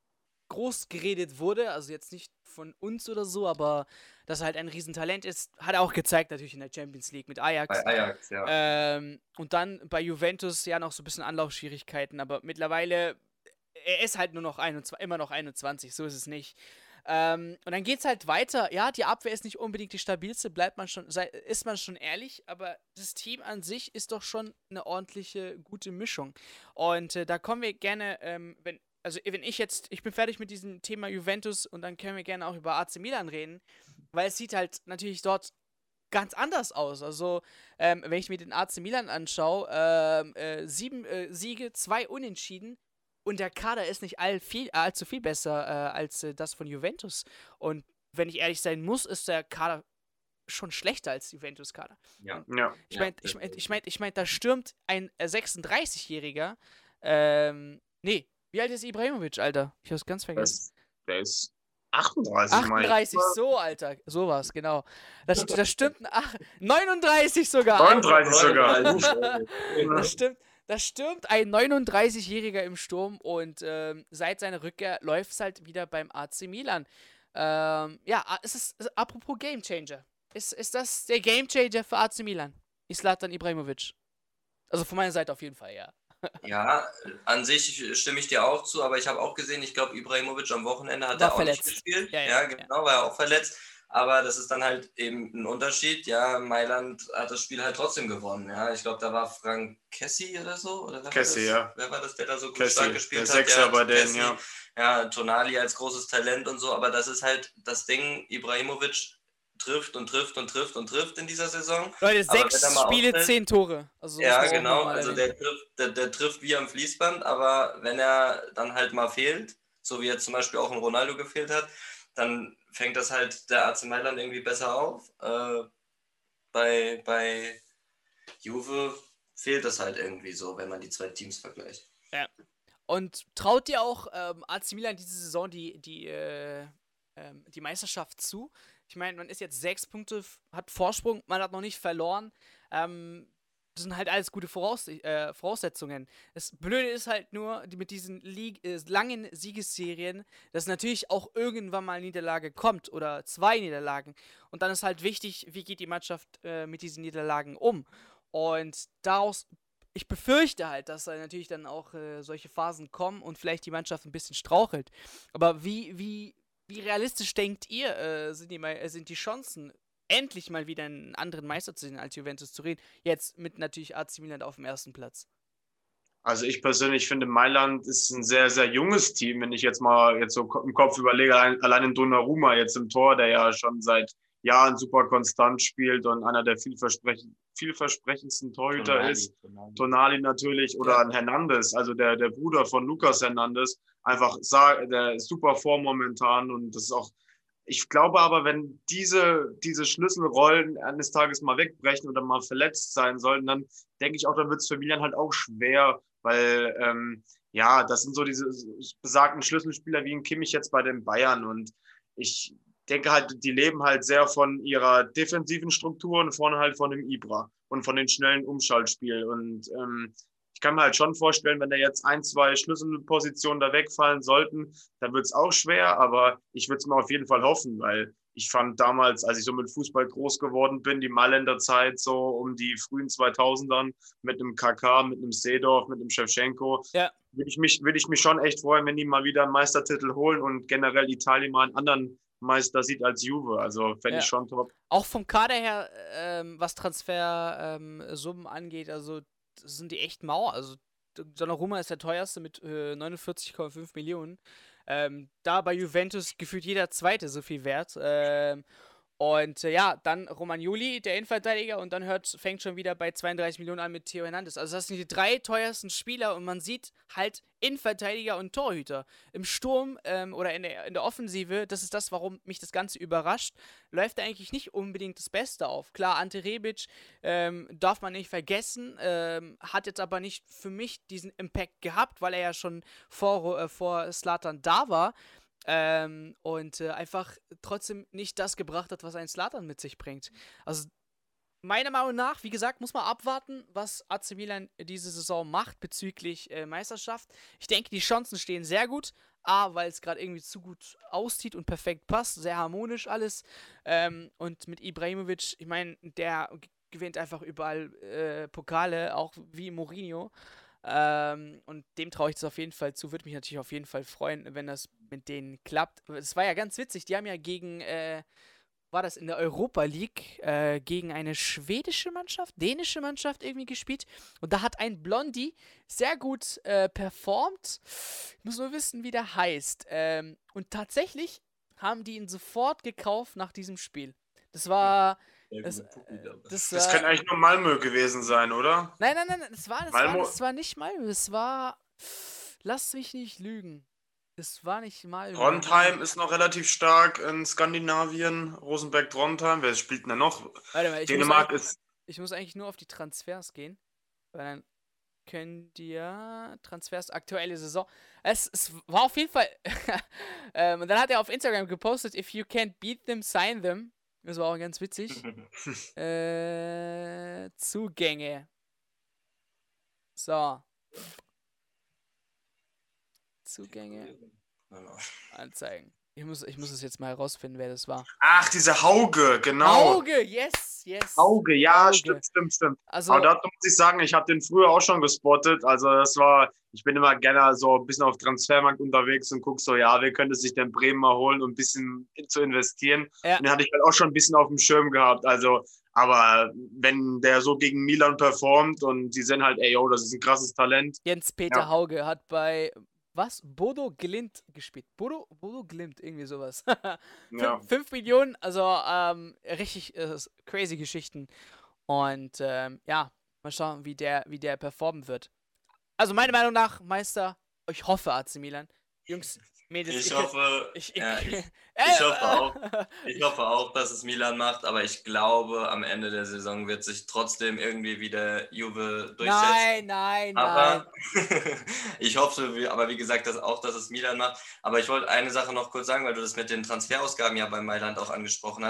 groß geredet wurde, also jetzt nicht von uns oder so, aber dass er halt ein Riesentalent ist, hat er auch gezeigt natürlich in der Champions League mit Ajax. Bei Ajax, ja. Ähm, und dann bei Juventus ja noch so ein bisschen Anlaufschwierigkeiten, aber mittlerweile, er ist halt nur noch einundzwanzig, immer noch einundzwanzig, so ist es nicht. Ähm, und dann geht's halt weiter. Ja, die Abwehr ist nicht unbedingt die stabilste, bleibt man schon, sei, ist man schon ehrlich, aber das Team an sich ist doch schon eine ordentliche, gute Mischung. Und äh, da kommen wir gerne, ähm, wenn, also wenn ich jetzt, ich bin fertig mit diesem Thema Juventus und dann können wir gerne auch über A C Milan reden, weil es sieht halt natürlich dort ganz anders aus. Also, ähm, wenn ich mir den A C Milan anschaue, ähm, äh, sieben äh, Siege, zwei Unentschieden. Und der Kader ist nicht all viel, allzu viel besser äh, als äh, das von Juventus. Und wenn ich ehrlich sein muss, ist der Kader schon schlechter als Juventus-Kader. Ja. Ja. Ich meine, ich mein, ich mein, ich mein, da stürmt ein äh, sechsunddreißigjähriger. Ähm, nee, wie alt ist Ibrahimovic, Alter? Ich hab's ganz vergessen. Das, der ist achtunddreißig, achtunddreißig, so, Alter. Sowas, genau. Das, das stimmt. Ach, neununddreißig sogar. neununddreißig sogar. Das stimmt. Da stürmt ein neununddreißigjähriger im Sturm und ähm, seit seiner Rückkehr läuft es halt wieder beim A C Milan. Ähm, ja, es ist, es, apropos Gamechanger. Ist, ist das der Gamechanger für A C Milan? Zlatan Ibrahimovic. Also von meiner Seite auf jeden Fall, ja. Ja, an sich stimme ich dir auch zu, aber ich habe auch gesehen, ich glaube, Ibrahimovic am Wochenende hat War er auch verletzt. nicht gespielt. Ja, Ja, ja, genau, war er auch verletzt. Aber das ist dann halt eben ein Unterschied. Ja, Mailand hat das Spiel halt trotzdem gewonnen. Ja, ich glaube, da war Frank Kessie oder so. Oder wer Kessie, war das? ja. Wer war das, der da so gut Kessie, stark gespielt der hat? Sechser Ja, bei denen, Kessie. ja. Ja, Tonali als großes Talent und so. Aber das ist halt das Ding, Ibrahimovic trifft und trifft und trifft und trifft in dieser Saison. Leute, Aber sechs wenn er mal Spiele, ausfällt- zehn Tore. Also so muss Ja, man auch genau. nochmal Also erwähnen. der trifft, der, der trifft wie am Fließband, aber wenn er dann halt mal fehlt, so wie jetzt zum Beispiel auch ein Ronaldo gefehlt hat, dann fängt das halt der A C Mailand irgendwie besser auf. Äh, bei, bei Juve fehlt das halt irgendwie so, wenn man die zwei Teams vergleicht. Und traut dir auch ähm, A C Milan diese Saison die, die, äh, ähm, die Meisterschaft zu? Ich meine, man ist jetzt sechs Punkte, f- hat Vorsprung, man hat noch nicht verloren. Ähm, das sind halt alles gute Voraus äh, Voraussetzungen. Das Blöde ist halt nur, die mit diesen Lieg äh, langen Siegesserien, dass natürlich auch irgendwann mal eine Niederlage kommt oder zwei Niederlagen. Und dann ist halt wichtig, wie geht die Mannschaft äh, mit diesen Niederlagen um. Und daraus, ich befürchte halt, dass da natürlich dann auch äh, solche Phasen kommen und vielleicht die Mannschaft ein bisschen strauchelt. Aber wie, wie, wie realistisch denkt ihr, äh, sind, die, äh, sind die Chancen, endlich mal wieder einen anderen Meister zu sehen als Juventus Turin? Jetzt mit natürlich A C Milan auf dem ersten Platz. Also ich persönlich finde, Mailand ist ein sehr, sehr junges Team. Wenn ich jetzt mal jetzt so im Kopf überlege, allein, allein in Donnarumma jetzt im Tor, der ja schon seit Jahren super konstant spielt und einer der vielversprech- vielversprechendsten Torhüter Tonali, ist. Tonali. Tonali natürlich oder Ja. ein Hernandez, also der, der Bruder von Lucas Hernandez. Einfach, sa- der ist super Form momentan und das ist auch, ich glaube aber, wenn diese, diese Schlüsselrollen eines Tages mal wegbrechen oder mal verletzt sein sollten, dann denke ich auch, dann wird es für Milan halt auch schwer, weil ähm, ja, das sind so diese besagten Schlüsselspieler wie ein Kimmich jetzt bei den Bayern und ich denke halt, die leben halt sehr von ihrer defensiven Struktur und vorne halt von dem Ibra und von den schnellen Umschaltspielen und ähm, ich kann mir halt schon vorstellen, wenn da jetzt ein, zwei Schlüsselpositionen da wegfallen sollten, dann wird es auch schwer, aber ich würde es mir auf jeden Fall hoffen, weil ich fand damals, als ich so mit Fußball groß geworden bin, die Mailänder Zeit so um die frühen zweitausendern mit einem Kaká, mit einem Seedorf, mit einem Shevchenko, Ja. würde ich mich, würde ich mich schon echt freuen, wenn die mal wieder einen Meistertitel holen und generell Italien mal einen anderen Meister sieht als Juve. Also fände Ja. ich schon top. Auch vom Kader her, ähm, was Transfersummen ähm, Summen angeht, also das sind die echt mau. Also Donnarumma ist der teuerste mit äh, neunundvierzig Komma fünf Millionen. Ähm, da bei Juventus gefühlt jeder Zweite so viel wert. Ähm, und äh, ja, dann Romagnoli, der Innenverteidiger, und dann hört, fängt schon wieder bei zweiunddreißig Millionen an mit Theo Hernandez. Also das sind die drei teuersten Spieler und man sieht halt Innenverteidiger und Torhüter. Im Sturm ähm, oder in der, in der Offensive, das ist das, warum mich das Ganze überrascht, läuft da eigentlich nicht unbedingt das Beste auf. Klar, Ante Rebic ähm, darf man nicht vergessen, ähm, hat jetzt aber nicht für mich diesen Impact gehabt, weil er ja schon vor, äh, vor Zlatan da war. Ähm, und äh, einfach trotzdem nicht das gebracht hat, was ein Zlatan mit sich bringt. Also meiner Meinung nach, wie gesagt, muss man abwarten, was A C Milan diese Saison macht bezüglich äh, Meisterschaft. Ich denke, die Chancen stehen sehr gut. A, weil es gerade irgendwie zu gut aussieht und perfekt passt, sehr harmonisch alles. Ähm, und mit Ibrahimovic, ich meine, der g- gewinnt einfach überall äh, Pokale, auch wie Mourinho. Ähm, und dem traue ich das auf jeden Fall zu. Würde mich natürlich auf jeden Fall freuen, wenn das mit denen klappt. Es war ja ganz witzig, die haben ja gegen, äh, war das in der Europa League, äh, gegen eine schwedische Mannschaft, dänische Mannschaft irgendwie gespielt. Und da hat ein Blondie sehr gut äh, performt. Ich muss nur wissen, wie der heißt. Ähm, und tatsächlich haben die ihn sofort gekauft nach diesem Spiel. Das war... Ja, Das, gut, Pucki, äh, aber- das, Das äh, könnte eigentlich nur Malmö gewesen sein, oder? Nein, nein, nein, das war, das war, Malmö. das war nicht Malmö, es war, lass mich nicht lügen, es war nicht Malmö. Trondheim ist noch relativ stark in Skandinavien. Rosenberg Trondheim. Wer spielt denn da noch? Warte mal, ich muss, Dänemark eigentlich, ist. ich muss eigentlich nur auf die Transfers gehen, weil dann können die ja, Transfers, aktuelle Saison, es, es war auf jeden Fall, ähm, und dann hat er auf Instagram gepostet, if you can't beat them, sign them. Das war auch ganz witzig. äh, Zugänge. So. Zugänge anzeigen. Ich muss, ich muss es jetzt mal herausfinden, wer das war. Ach, diese Hauge, genau. Auge, yes, yes. Hauge, ja, Hauge. stimmt, stimmt, stimmt. Also, Aber da muss ich sagen, ich habe den früher auch schon gespottet. Also das war, ich bin immer gerne so ein bisschen auf Transfermarkt unterwegs und gucke so, ja, wer könnte sich denn Bremen mal holen, um ein bisschen zu investieren. Ja. Und den hatte ich halt auch schon ein bisschen auf dem Schirm gehabt. Also, aber wenn der so gegen Milan performt und die sind halt, ey, yo, das ist ein krasses Talent. Jens-Peter Ja. Hauge hat bei, was? Bodo Glimt gespielt. Bodo, Bodo Glimt, irgendwie sowas. Ja. fünf Millionen, also ähm, richtig äh, crazy Geschichten. Und ähm, ja, mal schauen, wie der, wie der performen wird. Also meiner Meinung nach, Meister, ich hoffe A C Milan. Jungs, Mädels, Ich ihr könnt- hoffe, ich, ja, ich, Äh, ich hoffe auch. äh, Ich hoffe auch, dass es Milan macht, aber ich glaube, am Ende der Saison wird sich trotzdem irgendwie wieder Juve durchsetzen. Nein, nein, nein. Aber ich hoffe, wie- aber wie gesagt, dass auch, dass es Milan macht. Aber ich wollte eine Sache noch kurz sagen, weil du das mit den Transferausgaben ja bei Mailand auch angesprochen hast.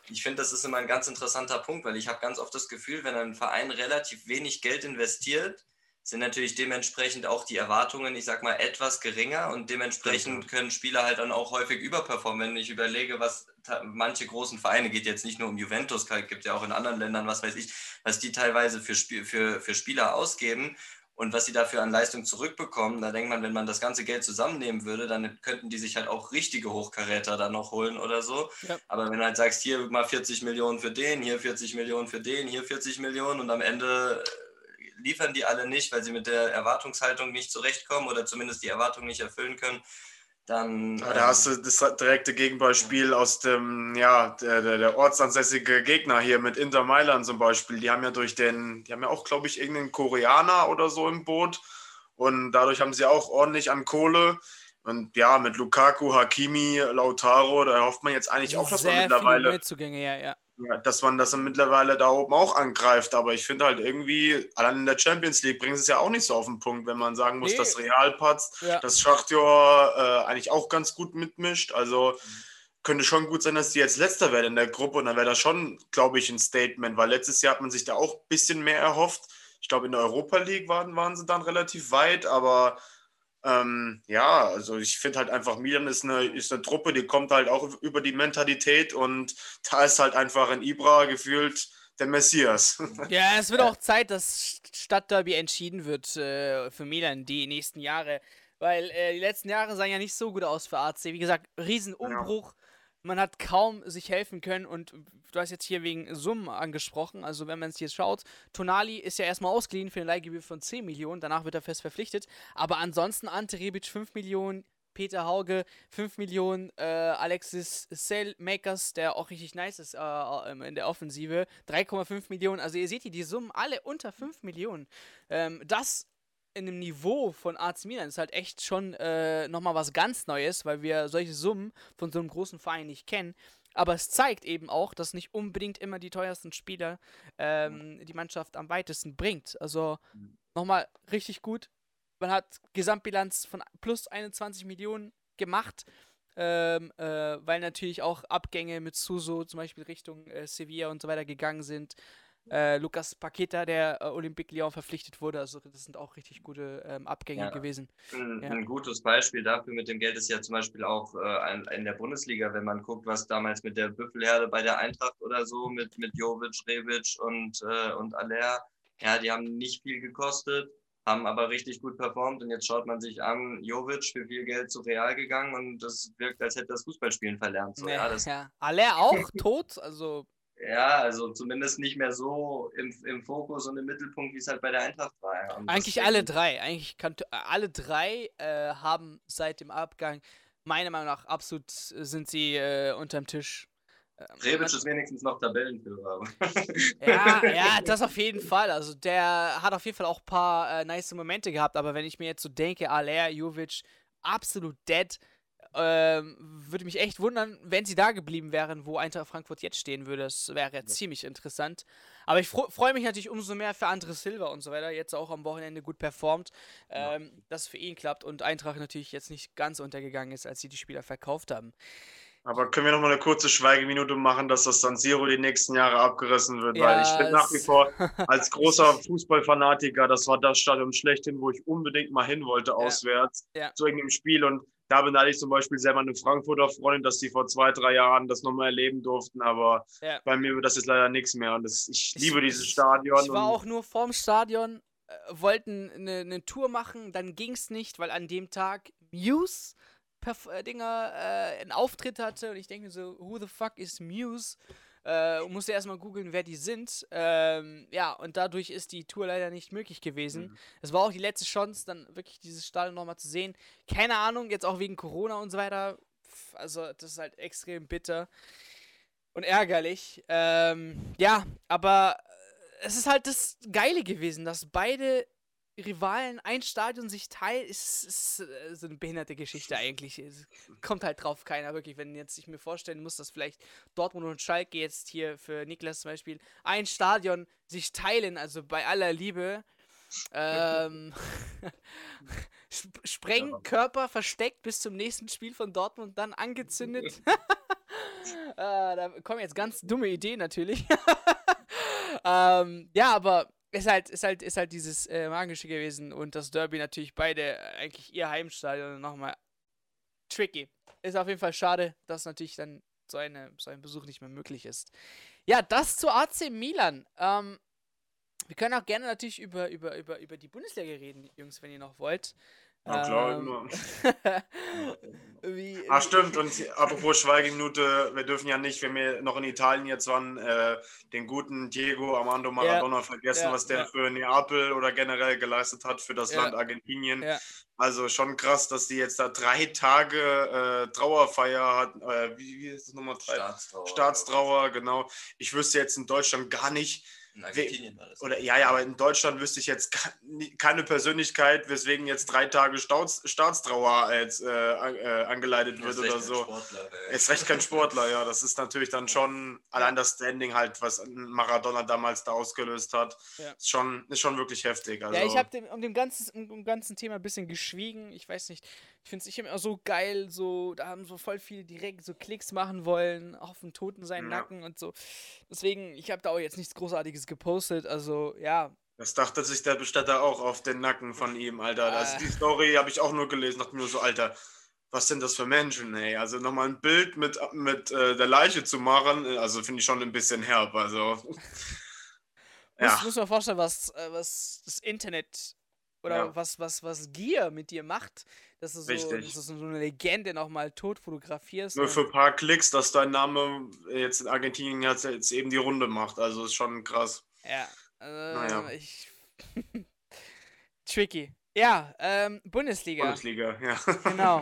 ich finde, das ist immer ein ganz interessanter Punkt, weil ich habe ganz oft das Gefühl, wenn ein Verein relativ wenig Geld investiert, sind natürlich dementsprechend auch die Erwartungen, ich sag mal, etwas geringer und dementsprechend Stimmt, können Spieler halt dann auch häufig überperformen. Wenn ich überlege, was ta- manche großen Vereine, geht jetzt nicht nur um Juventus, gibt ja auch in anderen Ländern, was weiß ich, was die teilweise für, Spiel, für, für Spieler ausgeben und was sie dafür an Leistung zurückbekommen, da denkt man, wenn man das ganze Geld zusammennehmen würde, dann könnten die sich halt auch richtige Hochkaräter dann noch holen oder so. Ja. Aber wenn du halt sagst, hier mal vierzig Millionen für den, hier vierzig Millionen für den, hier vierzig Millionen und am Ende liefern die alle nicht, weil sie mit der Erwartungshaltung nicht zurechtkommen oder zumindest die Erwartungen nicht erfüllen können, dann... aber da hast du das direkte Gegenbeispiel aus dem, ja, der, der, der ortsansässige Gegner hier mit Inter Mailand zum Beispiel. Die haben ja durch den, die haben ja auch, glaube ich, irgendeinen Koreaner oder so im Boot und dadurch haben sie auch ordentlich an Kohle. Und ja, mit Lukaku, Hakimi, Lautaro, da hofft man jetzt eigentlich auch, dass man Sehr viele mittlerweile, Neuzugänge, ja, ja. ja, dass man das dann mittlerweile da oben auch angreift. Aber ich finde halt irgendwie, allein in der Champions League bringen sie es ja auch nicht so auf den Punkt, wenn man sagen muss, Nee. dass Real patzt, Ja. dass Schachtjor äh, eigentlich auch ganz gut mitmischt. Also könnte schon gut sein, dass die jetzt Letzter werden in der Gruppe und dann wäre das schon, glaube ich, ein Statement, weil letztes Jahr hat man sich da auch ein bisschen mehr erhofft. Ich glaube, in der Europa League waren, waren sie dann relativ weit, aber ähm, ja, also ich finde halt einfach, Milan ist eine, ist eine Truppe, die kommt halt auch über die Mentalität und da ist halt einfach ein Ibra gefühlt der Messias. Ja, es wird auch Zeit, dass Stadtderby entschieden wird äh, für Milan die nächsten Jahre. Weil äh, die letzten Jahre sahen ja nicht so gut aus für A C. Wie gesagt, Riesenumbruch. Man hat kaum sich helfen können und du hast jetzt hier wegen Summen angesprochen, also wenn man es jetzt schaut, Tonali ist ja erstmal ausgeliehen für eine Leihgebühr von zehn Millionen, danach wird er fest verpflichtet, aber ansonsten Ante Rebic fünf Millionen, Peter Hauge fünf Millionen, äh, Alexis Saelmakers, der auch richtig nice ist äh, in der Offensive, drei Komma fünf Millionen, also ihr seht hier, die Summen alle unter fünf Millionen. Ähm, das in dem Niveau von A C Milan ist halt echt schon äh, nochmal was ganz Neues, weil wir solche Summen von so einem großen Verein nicht kennen. Aber es zeigt eben auch, dass nicht unbedingt immer die teuersten Spieler ähm, die Mannschaft am weitesten bringt. Also nochmal richtig gut. Man hat Gesamtbilanz von plus einundzwanzig Millionen gemacht, ähm, äh, weil natürlich auch Abgänge mit Suso zum Beispiel Richtung äh, Sevilla und so weiter gegangen sind. Äh, Lucas Paqueta, der äh, Olympique Lyon verpflichtet wurde, also das sind auch richtig gute ähm, Abgänge Ja. gewesen. Ein, Ja. ein gutes Beispiel dafür mit dem Geld ist ja zum Beispiel auch äh, in der Bundesliga, wenn man guckt, was damals mit der Büffelherde bei der Eintracht oder so, mit, mit Jovic, Rebic und, äh, und Aller, ja, die haben nicht viel gekostet, haben aber richtig gut performt und jetzt schaut man sich an, Jovic für viel Geld zu Real gegangen und das wirkt, als hätte das Fußballspielen verlernt. So, Nee, ja, das, ja. Aller auch tot, also ja, also zumindest nicht mehr so im, im Fokus und im Mittelpunkt, wie es halt bei der Eintracht war. Ja. Und eigentlich deswegen- alle drei. Eigentlich kann, alle drei äh, haben seit dem Abgang, meiner Meinung nach, absolut äh, sind sie äh, unterm Tisch. Ähm, Rebic man- ist wenigstens noch Tabellenführer. Ja, ja, das auf jeden Fall. Also der hat auf jeden Fall auch ein paar äh, nice Momente gehabt, aber wenn ich mir jetzt so denke, Aller, Jovic, absolut dead, ähm, würde mich echt wundern, wenn sie da geblieben wären, wo Eintracht Frankfurt jetzt stehen würde. Das wäre ja. ziemlich interessant. Aber ich freue mich natürlich umso mehr für André Silva und so weiter, jetzt auch am Wochenende gut performt, ähm, ja. dass es für ihn klappt und Eintracht natürlich jetzt nicht ganz untergegangen ist, als sie die Spieler verkauft haben. Aber können wir noch mal eine kurze Schweigeminute machen, dass das San Siro die nächsten Jahre abgerissen wird? Ja, weil ich finde nach wie vor, als großer Fußballfanatiker, das war das Stadion schlechthin, wo ich unbedingt mal hin wollte, ja. auswärts, ja. zu irgendeinem Spiel. Und da beneide ich zum Beispiel selber eine Frankfurter Freundin, dass die vor zwei, drei Jahren das nochmal erleben durften. Aber ja. bei mir wird das jetzt leider nichts mehr. Und das, ich, ich liebe dieses Stadion. Ich war auch nur vorm Stadion, äh, wollten eine, eine Tour machen, dann ging es nicht, weil an dem Tag Muse Perf- Dinger äh, einen Auftritt hatte und ich denke mir so, who the fuck is Muse? Äh, und musste erstmal googeln, wer die sind. Ähm, ja, und dadurch ist die Tour leider nicht möglich gewesen. Es mhm. war auch die letzte Chance, dann wirklich dieses Stadion nochmal zu sehen. Keine Ahnung, jetzt auch wegen Corona und so weiter. Also, das ist halt extrem bitter und ärgerlich. Ähm, ja, aber es ist halt das Geile gewesen, dass beide Rivalen ein Stadion sich teilt, ist, ist, ist so eine behinderte Geschichte eigentlich. Es kommt halt drauf keiner, wirklich. Wenn jetzt ich mir vorstellen muss, dass vielleicht Dortmund und Schalke jetzt hier für Niklas zum Beispiel ein Stadion sich teilen, also bei aller Liebe, ähm, Sprengkörper versteckt bis zum nächsten Spiel von Dortmund, dann angezündet. äh, da kommen jetzt ganz dumme Ideen natürlich. ähm, ja, aber ist halt, ist halt, ist halt dieses äh, Magische gewesen und das Derby natürlich beide äh, eigentlich ihr Heimstadion nochmal tricky. Ist auf jeden Fall schade, dass natürlich dann so, eine, so ein Besuch nicht mehr möglich ist. Ja, das zu A C Milan. Ähm, wir können auch gerne natürlich über, über, über, über die Bundesliga reden, Jungs, wenn ihr noch wollt. Na klar, Ähm, immer. wie, Ah, wie, stimmt. Und apropos Schweigeminute, wir dürfen ja nicht, wenn wir noch in Italien jetzt waren, äh, den guten Diego Armando Maradona vergessen, ja, was der ja. für Neapel oder generell geleistet hat für das Ja. Land Argentinien. Ja. Also schon krass, dass die jetzt da drei Tage äh, Trauerfeier hatten. Äh, wie, wie ist das nochmal? Drei? Staatstrauer. Staatstrauer, genau. Ich wüsste jetzt in Deutschland gar nicht, In Argentinien war das. oder ja, ja, aber in Deutschland wüsste ich jetzt ke- keine Persönlichkeit, weswegen jetzt drei Tage Staats, Staatstrauer jetzt äh, an- äh, angeleitet wird Erst oder recht kein so. Sportler, ey. Er ist recht kein Sportler, ja. Das ist natürlich dann schon allein das Standing halt, was Maradona damals da ausgelöst hat. Ja. Ist schon, ist schon wirklich heftig. Also, Ja, ich habe dem, um dem ganzen, um, um ganzen Thema ein bisschen geschwiegen. Ich weiß nicht, ich finde es immer so geil, so, da haben so voll viel direkt so Klicks machen wollen, auf den Toten seinen Ja. Nacken und so. Deswegen, ich habe da auch jetzt nichts Großartiges gepostet, also ja. das dachte sich der Bestatter auch auf den Nacken von ihm, Alter. Also Ah. die Story habe ich auch nur gelesen, dachte mir nur so, Alter, was sind das für Menschen, ey? Also nochmal ein Bild mit, mit äh, der Leiche zu machen, äh, also finde ich schon ein bisschen herb. Also, Muss, ja. muss man vorstellen, was, äh, was das Internet oder Ja. was, was, was Gier mit dir macht, dass du so, Richtig. dass du so eine Legende nochmal tot fotografierst. Nur und- für ein paar Klicks, dass dein Name jetzt in Argentinien jetzt, jetzt eben die Runde macht. Also ist schon krass. Ja, äh, Naja. ich. Tricky. Ja, ähm, Bundesliga. Bundesliga, ja. Genau.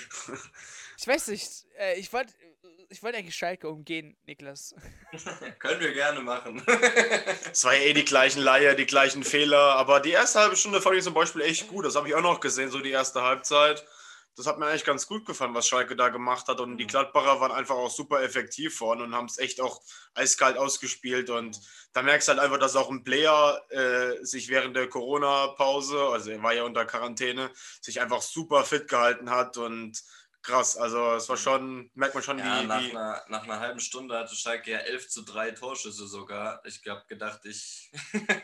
Ich weiß nicht, äh, ich wollte ich wollte eigentlich Schalke umgehen, Niklas. Können wir gerne machen. Es war ja eh die gleichen Leier, die gleichen Fehler, aber die erste halbe Stunde fand ich zum Beispiel echt gut. Das habe ich auch noch gesehen, so die erste Halbzeit. Das hat mir eigentlich ganz gut gefallen, was Schalke da gemacht hat. Und die Gladbacher waren einfach auch super effektiv vorne und haben es echt auch eiskalt ausgespielt. Und da merkst du halt einfach, dass auch ein Player äh, sich während der Corona-Pause, also er war ja unter Quarantäne, sich einfach super fit gehalten hat. Und krass, also es war schon, merkt man schon, Ja, wie, nach, wie einer, nach einer halben Stunde hatte Schalke ja elf zu drei Torschüsse sogar. Ich habe gedacht, ich,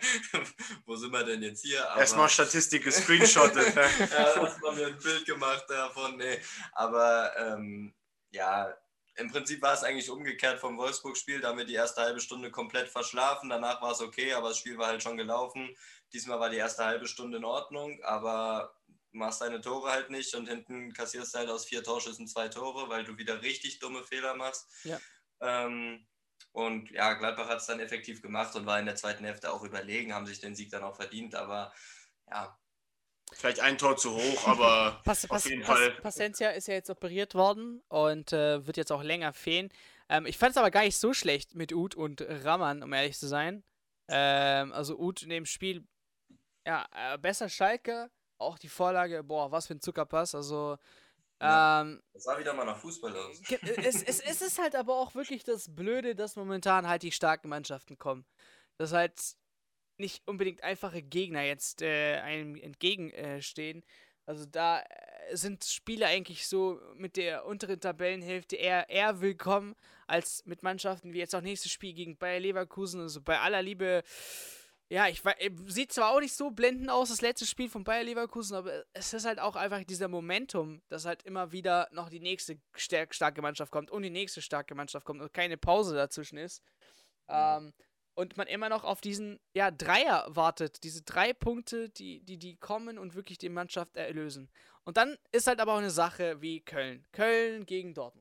wo sind wir denn jetzt hier? Aber, erstmal Statistik gescreenshottet. ja, erstmal mir ein Bild gemacht davon. Nee. Aber ähm, ja, im Prinzip war es eigentlich umgekehrt vom Wolfsburg-Spiel. Da haben wir die erste halbe Stunde komplett verschlafen. Danach war es okay, aber das Spiel war halt schon gelaufen. Diesmal war die erste halbe Stunde in Ordnung, aber machst deine Tore halt nicht und hinten kassierst du halt aus vier Torschüssen zwei Tore, weil du wieder richtig dumme Fehler machst. Ja. Ähm, und ja, Gladbach hat es dann effektiv gemacht und war in der zweiten Hälfte auch überlegen, haben sich den Sieg dann auch verdient, aber ja. Vielleicht ein Tor zu hoch, aber Pass, auf Pass, jeden Pass, Fall. Pacencia ist ja jetzt operiert worden und äh, wird jetzt auch länger fehlen. Ähm, ich fand es aber gar nicht so schlecht mit Uth und Raman, um ehrlich zu sein. Ähm, also Uth in dem Spiel, ja, äh, besser Schalke. Auch die Vorlage, boah, was für ein Zuckerpass. Also, Ja. ähm, Das sah wieder mal nach Fußball aus. ge- es, es, es ist halt aber auch wirklich das Blöde, dass momentan halt die starken Mannschaften kommen. Dass halt nicht unbedingt einfache Gegner jetzt äh, einem entgegenstehen. Also da äh, sind Spiele eigentlich so mit der unteren Tabellenhälfte eher, eher willkommen, als mit Mannschaften wie jetzt auch nächstes Spiel gegen Bayer Leverkusen. Also bei aller Liebe, ja, ich wei- äh, sieht zwar auch nicht so blendend aus, das letzte Spiel von Bayer Leverkusen, aber es ist halt auch einfach dieser Momentum, dass halt immer wieder noch die nächste stärk starke Mannschaft kommt und die nächste starke Mannschaft kommt und keine Pause dazwischen ist. Ähm, und man immer noch auf diesen, ja, Dreier wartet. Diese drei Punkte, die, die, die kommen und wirklich die Mannschaft erlösen. Und dann ist halt aber auch eine Sache wie Köln. Köln gegen Dortmund.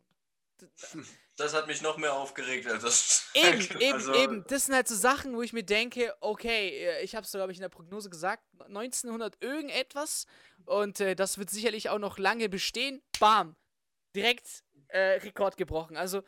Das hat mich noch mehr aufgeregt als das. Eben, eben, Also- eben. Das sind halt so Sachen, wo ich mir denke, okay, äh, ich habe es, glaube ich, in der Prognose gesagt, neunzehnhundert irgendetwas und äh, das wird sicherlich auch noch lange bestehen. Bam. Direkt äh, Rekord gebrochen. Also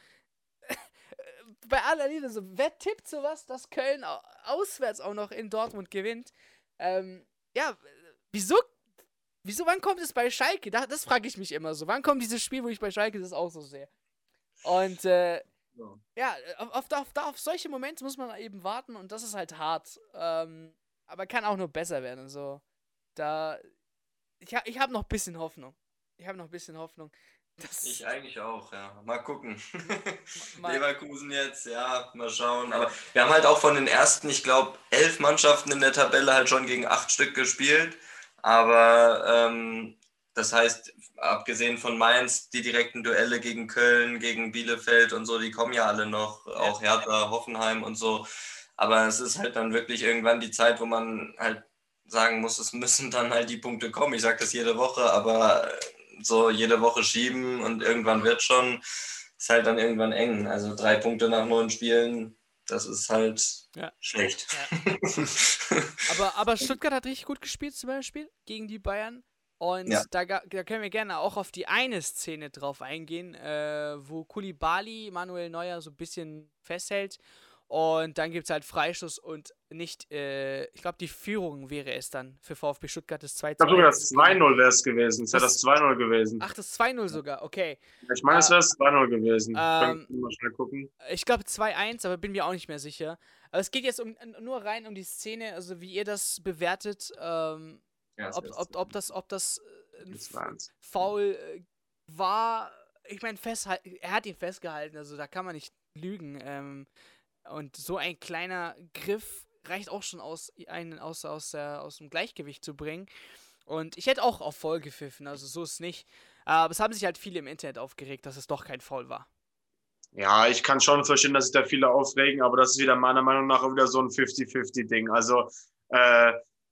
bei aller Liebe, so, wer tippt sowas, dass Köln au- auswärts auch noch in Dortmund gewinnt? Ähm, ja, äh, wieso? Wieso, wann kommt es bei Schalke? Da, das frage ich mich immer so. Wann kommt dieses Spiel, wo ich bei Schalke das auch so sehe? Und, äh, Ja. ja, auf, auf, auf, auf solche Momente muss man eben warten und das ist halt hart. Ähm, aber kann auch nur besser werden. So, da, ich, ha, ich habe noch ein bisschen Hoffnung. Ich habe noch ein bisschen Hoffnung. Das Ich eigentlich auch, ja. Mal gucken. mal, Leverkusen jetzt, ja, mal schauen. Aber wir haben halt auch von den ersten, ich glaube, elf Mannschaften in der Tabelle halt schon gegen acht Stück gespielt. Aber ähm, das heißt, abgesehen von Mainz, die direkten Duelle gegen Köln, gegen Bielefeld und so, die kommen ja alle noch, ja, auch Hertha, Hoffenheim und so. Aber es ist halt dann wirklich irgendwann die Zeit, wo man halt sagen muss, es müssen dann halt die Punkte kommen. Ich sage das jede Woche, aber so jede Woche schieben und irgendwann wird schon, ist halt dann irgendwann eng. Also drei Punkte nach neun Spielen, das ist halt ja, schlecht. ja. Aber, aber Stuttgart hat richtig gut gespielt zum Beispiel gegen die Bayern. Und Ja. da, ga- da können wir gerne auch auf die eine Szene drauf eingehen, äh, wo Koulibaly Manuel Neuer so ein bisschen festhält. Und dann gibt es halt Freistoß und nicht, äh, ich glaube, die Führung wäre es dann für VfB Stuttgart das zwei Ich zu glaube sogar eins. das zwei null wäre es gewesen. Es wäre Das- das zwei null gewesen. Ach, das zwei null sogar, okay. Ich meine, es äh, wäre das zwei null gewesen. ähm, Können wir mal schnell gucken. Ich glaube zwei eins, aber bin mir auch nicht mehr sicher. Aber es geht jetzt um, nur rein um die Szene, also wie ihr das bewertet, ähm, Ja, ob, ob, ob das, ob das äh, ein Das war eins. Foul äh, war. Ich meine, er hat ihn festgehalten, also da kann man nicht lügen. Ähm, und so ein kleiner Griff reicht auch schon aus, einen aus, aus, der, aus dem Gleichgewicht zu bringen. Und ich hätte auch auf Foul gepfiffen, also so ist es nicht. Aber es haben sich halt viele im Internet aufgeregt, dass es doch kein Foul war. Ja, ich kann schon verstehen, dass sich da viele aufregen, aber das ist wieder meiner Meinung nach wieder so ein fünfzig fünfzig-Ding. Also äh,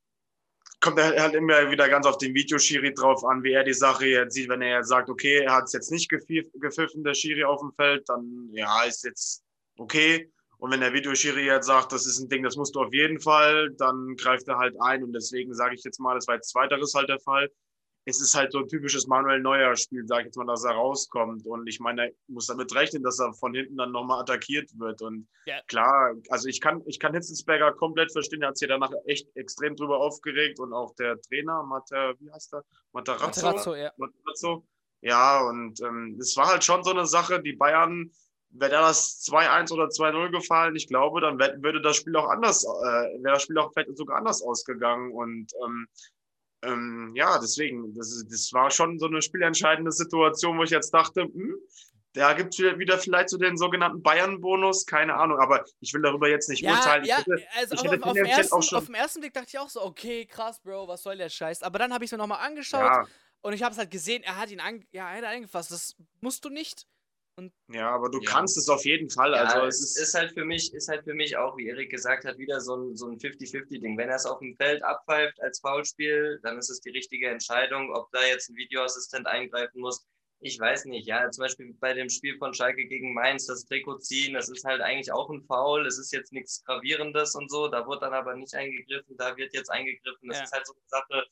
kommt halt immer wieder ganz auf den Videoschiri drauf an, wie er die Sache jetzt sieht. Wenn er jetzt sagt, okay, er hat es jetzt nicht gepfiffen, der Schiri auf dem Feld, dann ja, ist jetzt okay. Und wenn der Videoschiri jetzt sagt, das ist ein Ding, das musst du auf jeden Fall, dann greift er halt ein. Und deswegen sage ich jetzt mal, das war jetzt zweiteres halt der Fall. Es ist halt so ein typisches Manuel Neuer-Spiel, sage ich jetzt mal, dass er rauskommt. Und ich meine, er muss damit rechnen, dass er von hinten dann nochmal attackiert wird. Und Ja. klar, also ich kann, ich kann Hitzelsberger komplett verstehen, er hat sich danach echt extrem drüber aufgeregt. Und auch der Trainer, Mate, wie heißt er? Matarazzo. Matarazzo, ja. Matarazzo. Ja, und ähm, es war halt schon so eine Sache, die Bayern, wäre da das zwei eins oder zwei null gefallen, ich glaube, dann wär, würde das Spiel auch anders, äh, wäre das Spiel auch vielleicht sogar anders ausgegangen. Und ähm, ähm, ja, deswegen, das, das war schon so eine spielentscheidende Situation, wo ich jetzt dachte, hm, da gibt es wieder, wieder vielleicht so den sogenannten Bayern-Bonus, keine Ahnung, aber ich will darüber jetzt nicht Ja, urteilen. Ich ja, hätte, also ich auf, hätte auf, auf, dem tendenziell ersten, auch schon- auf dem ersten Blick dachte ich auch so, okay, krass, Bro, was soll der Scheiß? Aber dann habe ich es mir nochmal angeschaut ja, und ich habe es halt gesehen, er hat ihn an, ja, er hat eingefasst. Das musst du nicht. ja, aber du Ja. kannst es auf jeden Fall. Ja, Also es es ist, ist halt für mich, ist halt für mich auch, wie Erik gesagt hat, wieder so ein, so ein fünfzig fünfzig-Ding. Wenn er es auf dem Feld abpfeift als Foulspiel, dann ist es die richtige Entscheidung. Ob da jetzt ein Videoassistent eingreifen muss, ich weiß nicht. Ja, zum Beispiel bei dem Spiel von Schalke gegen Mainz, das Trikot ziehen, das ist halt eigentlich auch ein Foul. Es ist jetzt nichts Gravierendes und so. Da wurde dann aber nicht eingegriffen, da wird jetzt eingegriffen. Das Ja. ist halt so eine Sache.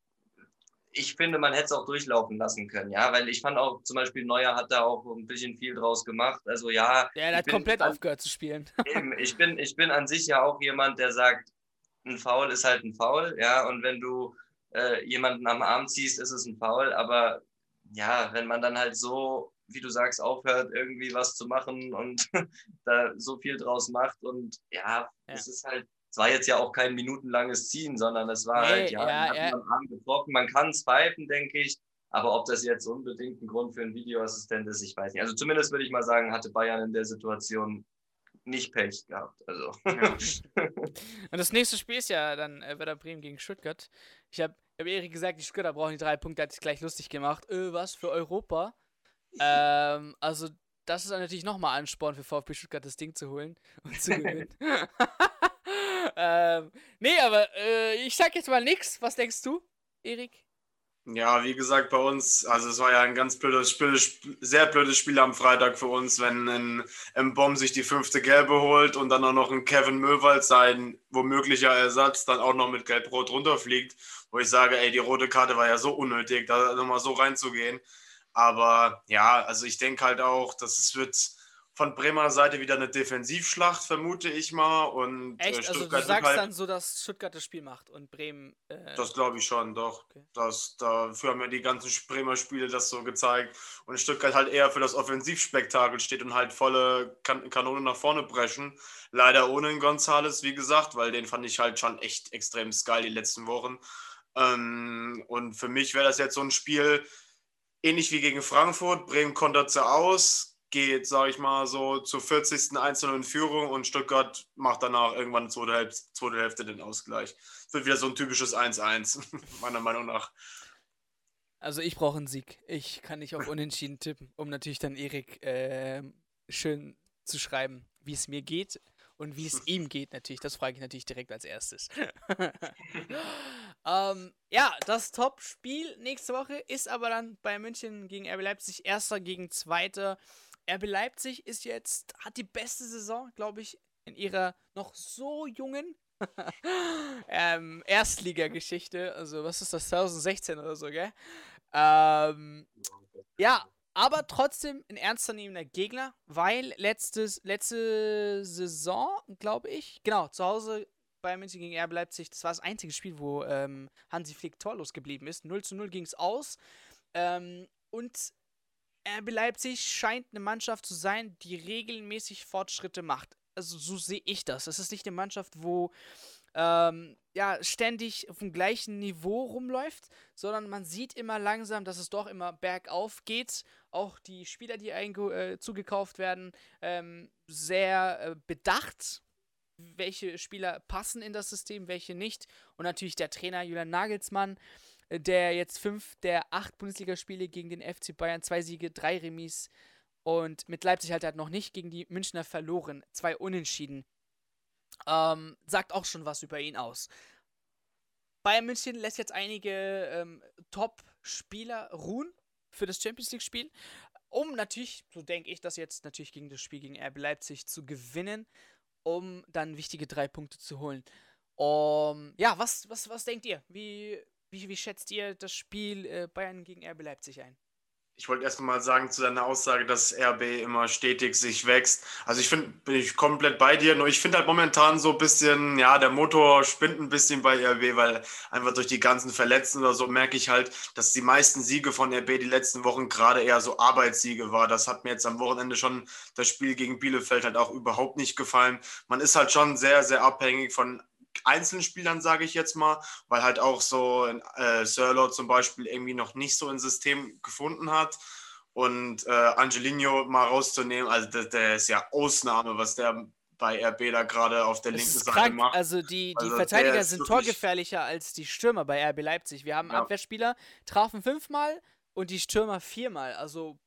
Ich finde, man hätte es auch durchlaufen lassen können, ja, weil ich fand auch, zum Beispiel Neuer hat da auch ein bisschen viel draus gemacht. Also ja, Ja, er ich hat bin komplett an- aufgehört zu spielen. Eben, ich bin, ich bin an sich ja auch jemand, der sagt, ein Foul ist halt ein Foul, ja, und wenn du äh, jemanden am Arm ziehst, ist es ein Foul, aber ja, wenn man dann halt so, wie du sagst, aufhört, irgendwie was zu machen und da so viel draus macht und ja, es ist halt, es war jetzt ja auch kein minutenlanges Ziehen, sondern es war Nee, halt, ja, ja, man hat ja. ihn am Arm getroffen, man kann es pfeifen, denke ich, aber ob das jetzt unbedingt ein Grund für einen Videoassistent ist, ich weiß nicht. Also zumindest würde ich mal sagen, hatte Bayern in der Situation nicht Pech gehabt. Also. ja. Und das nächste Spiel ist ja dann äh, Werder Bremen gegen Stuttgart. Ich habe hab Erik gesagt, die Stuttgarter brauchen die drei Punkte, hat sich gleich lustig gemacht. Äh, was für Europa? ähm, also das ist dann natürlich nochmal Ansporn für VfB Stuttgart, das Ding zu holen und zu gewinnen. ähm, nee, aber äh, ich sag jetzt mal nix. Was denkst du, Erik? Ja, wie gesagt, bei uns, also es war ja ein ganz blödes Spiel, sehr blödes Spiel am Freitag für uns, wenn ein Mbom sich die fünfte Gelbe holt und dann auch noch ein Kevin Möwald, sein womöglicher Ersatz, dann auch noch mit Gelb-Rot runterfliegt, wo ich sage, ey, die rote Karte war ja so unnötig, da nochmal so reinzugehen. Aber ja, also ich denke halt auch, dass es wird von Bremer Seite wieder eine Defensivschlacht, vermute ich mal. Und äh, Echt? Also du Stuttgart wird sagst halt, dann so, dass Stuttgart das Spiel macht und Bremen. Äh, das glaube ich schon, doch. Okay. Das, dafür haben ja die ganzen Bremer Spiele das so gezeigt. Und Stuttgart halt eher für das Offensivspektakel steht und halt volle kan Kanone nach vorne brechen. Leider ohne den Gonzales, wie gesagt, weil den fand ich halt schon echt extrem geil die letzten Wochen. Ähm, und für mich wäre das jetzt so ein Spiel, ähnlich wie gegen Frankfurt, Bremen kontert sie aus, geht, sage ich mal, so zur vierzigsten eins zu null in Führung und Stuttgart macht danach irgendwann zweite Hälfte, zweite Hälfte den Ausgleich. Es wird wieder so ein typisches eins eins, meiner Meinung nach. Also ich brauche einen Sieg. Ich kann nicht auf Unentschieden tippen, um natürlich dann Erik äh, schön zu schreiben, wie es mir geht und wie es ihm geht natürlich. Das frage ich natürlich direkt als erstes. ähm, ja, das Top-Spiel nächste Woche ist aber dann Bayern München gegen R B Leipzig, Erster gegen Zweiter. R B Leipzig ist jetzt, hat die beste Saison, glaube ich, in ihrer noch so jungen ähm, Erstligageschichte. Also was ist das, zwanzig sechzehn oder so, gell? Ähm, ja, aber trotzdem ein ernstzunehmender Gegner, weil letztes, letzte Saison, glaube ich, genau, zu Hause bei München gegen R B Leipzig, das war das einzige Spiel, wo ähm, Hansi Flick torlos geblieben ist. null zu null ging es aus. Ähm, und R B Leipzig scheint eine Mannschaft zu sein, die regelmäßig Fortschritte macht. Also so sehe ich das. Das ist nicht eine Mannschaft, wo ähm, ja, ständig auf dem gleichen Niveau rumläuft, sondern man sieht immer langsam, dass es doch immer bergauf geht. Auch die Spieler, die äh, zugekauft werden, ähm, sehr äh, bedacht, welche Spieler passen in das System, welche nicht. Und natürlich der Trainer Julian Nagelsmann, äh, der jetzt fünf der acht Bundesligaspiele gegen den F C Bayern, zwei Siege, drei Remis und mit Leipzig halt, halt noch nicht gegen die Münchner verloren, zwei Unentschieden. Ähm, sagt auch schon was über ihn aus. Bayern München lässt jetzt einige ähm, Top-Spieler ruhen für das Champions-League-Spiel, um natürlich, so denke ich, das jetzt natürlich gegen das Spiel gegen R B Leipzig zu gewinnen, um dann wichtige drei Punkte zu holen. Um, ja, was, was, was denkt ihr? Wie, wie, wie schätzt ihr das Spiel äh, Bayern gegen R B Leipzig ein? Ich wollte erst mal sagen zu deiner Aussage, dass R B immer stetig sich wächst. Also ich finde, bin ich komplett bei dir. Nur ich finde halt momentan so ein bisschen, ja, der Motor spinnt ein bisschen bei R B, weil einfach durch die ganzen Verletzten oder so merke ich halt, dass die meisten Siege von R B die letzten Wochen gerade eher so Arbeitssiege war. Das hat mir jetzt am Wochenende schon das Spiel gegen Bielefeld halt auch überhaupt nicht gefallen. Man ist halt schon sehr, sehr abhängig von Einzelspielern, sage ich jetzt mal, weil halt auch so äh, Sörloth zum Beispiel irgendwie noch nicht so ein System gefunden hat. Und äh, Angelino mal rauszunehmen, also der, der ist ja Ausnahme, was der bei R B da gerade auf der Das linken ist Seite krank. macht. Also die, die Also Verteidiger der ist sind wirklich- torgefährlicher als die Stürmer bei R B Leipzig. Wir haben Ja. Abwehrspieler, trafen fünfmal und die Stürmer viermal. Also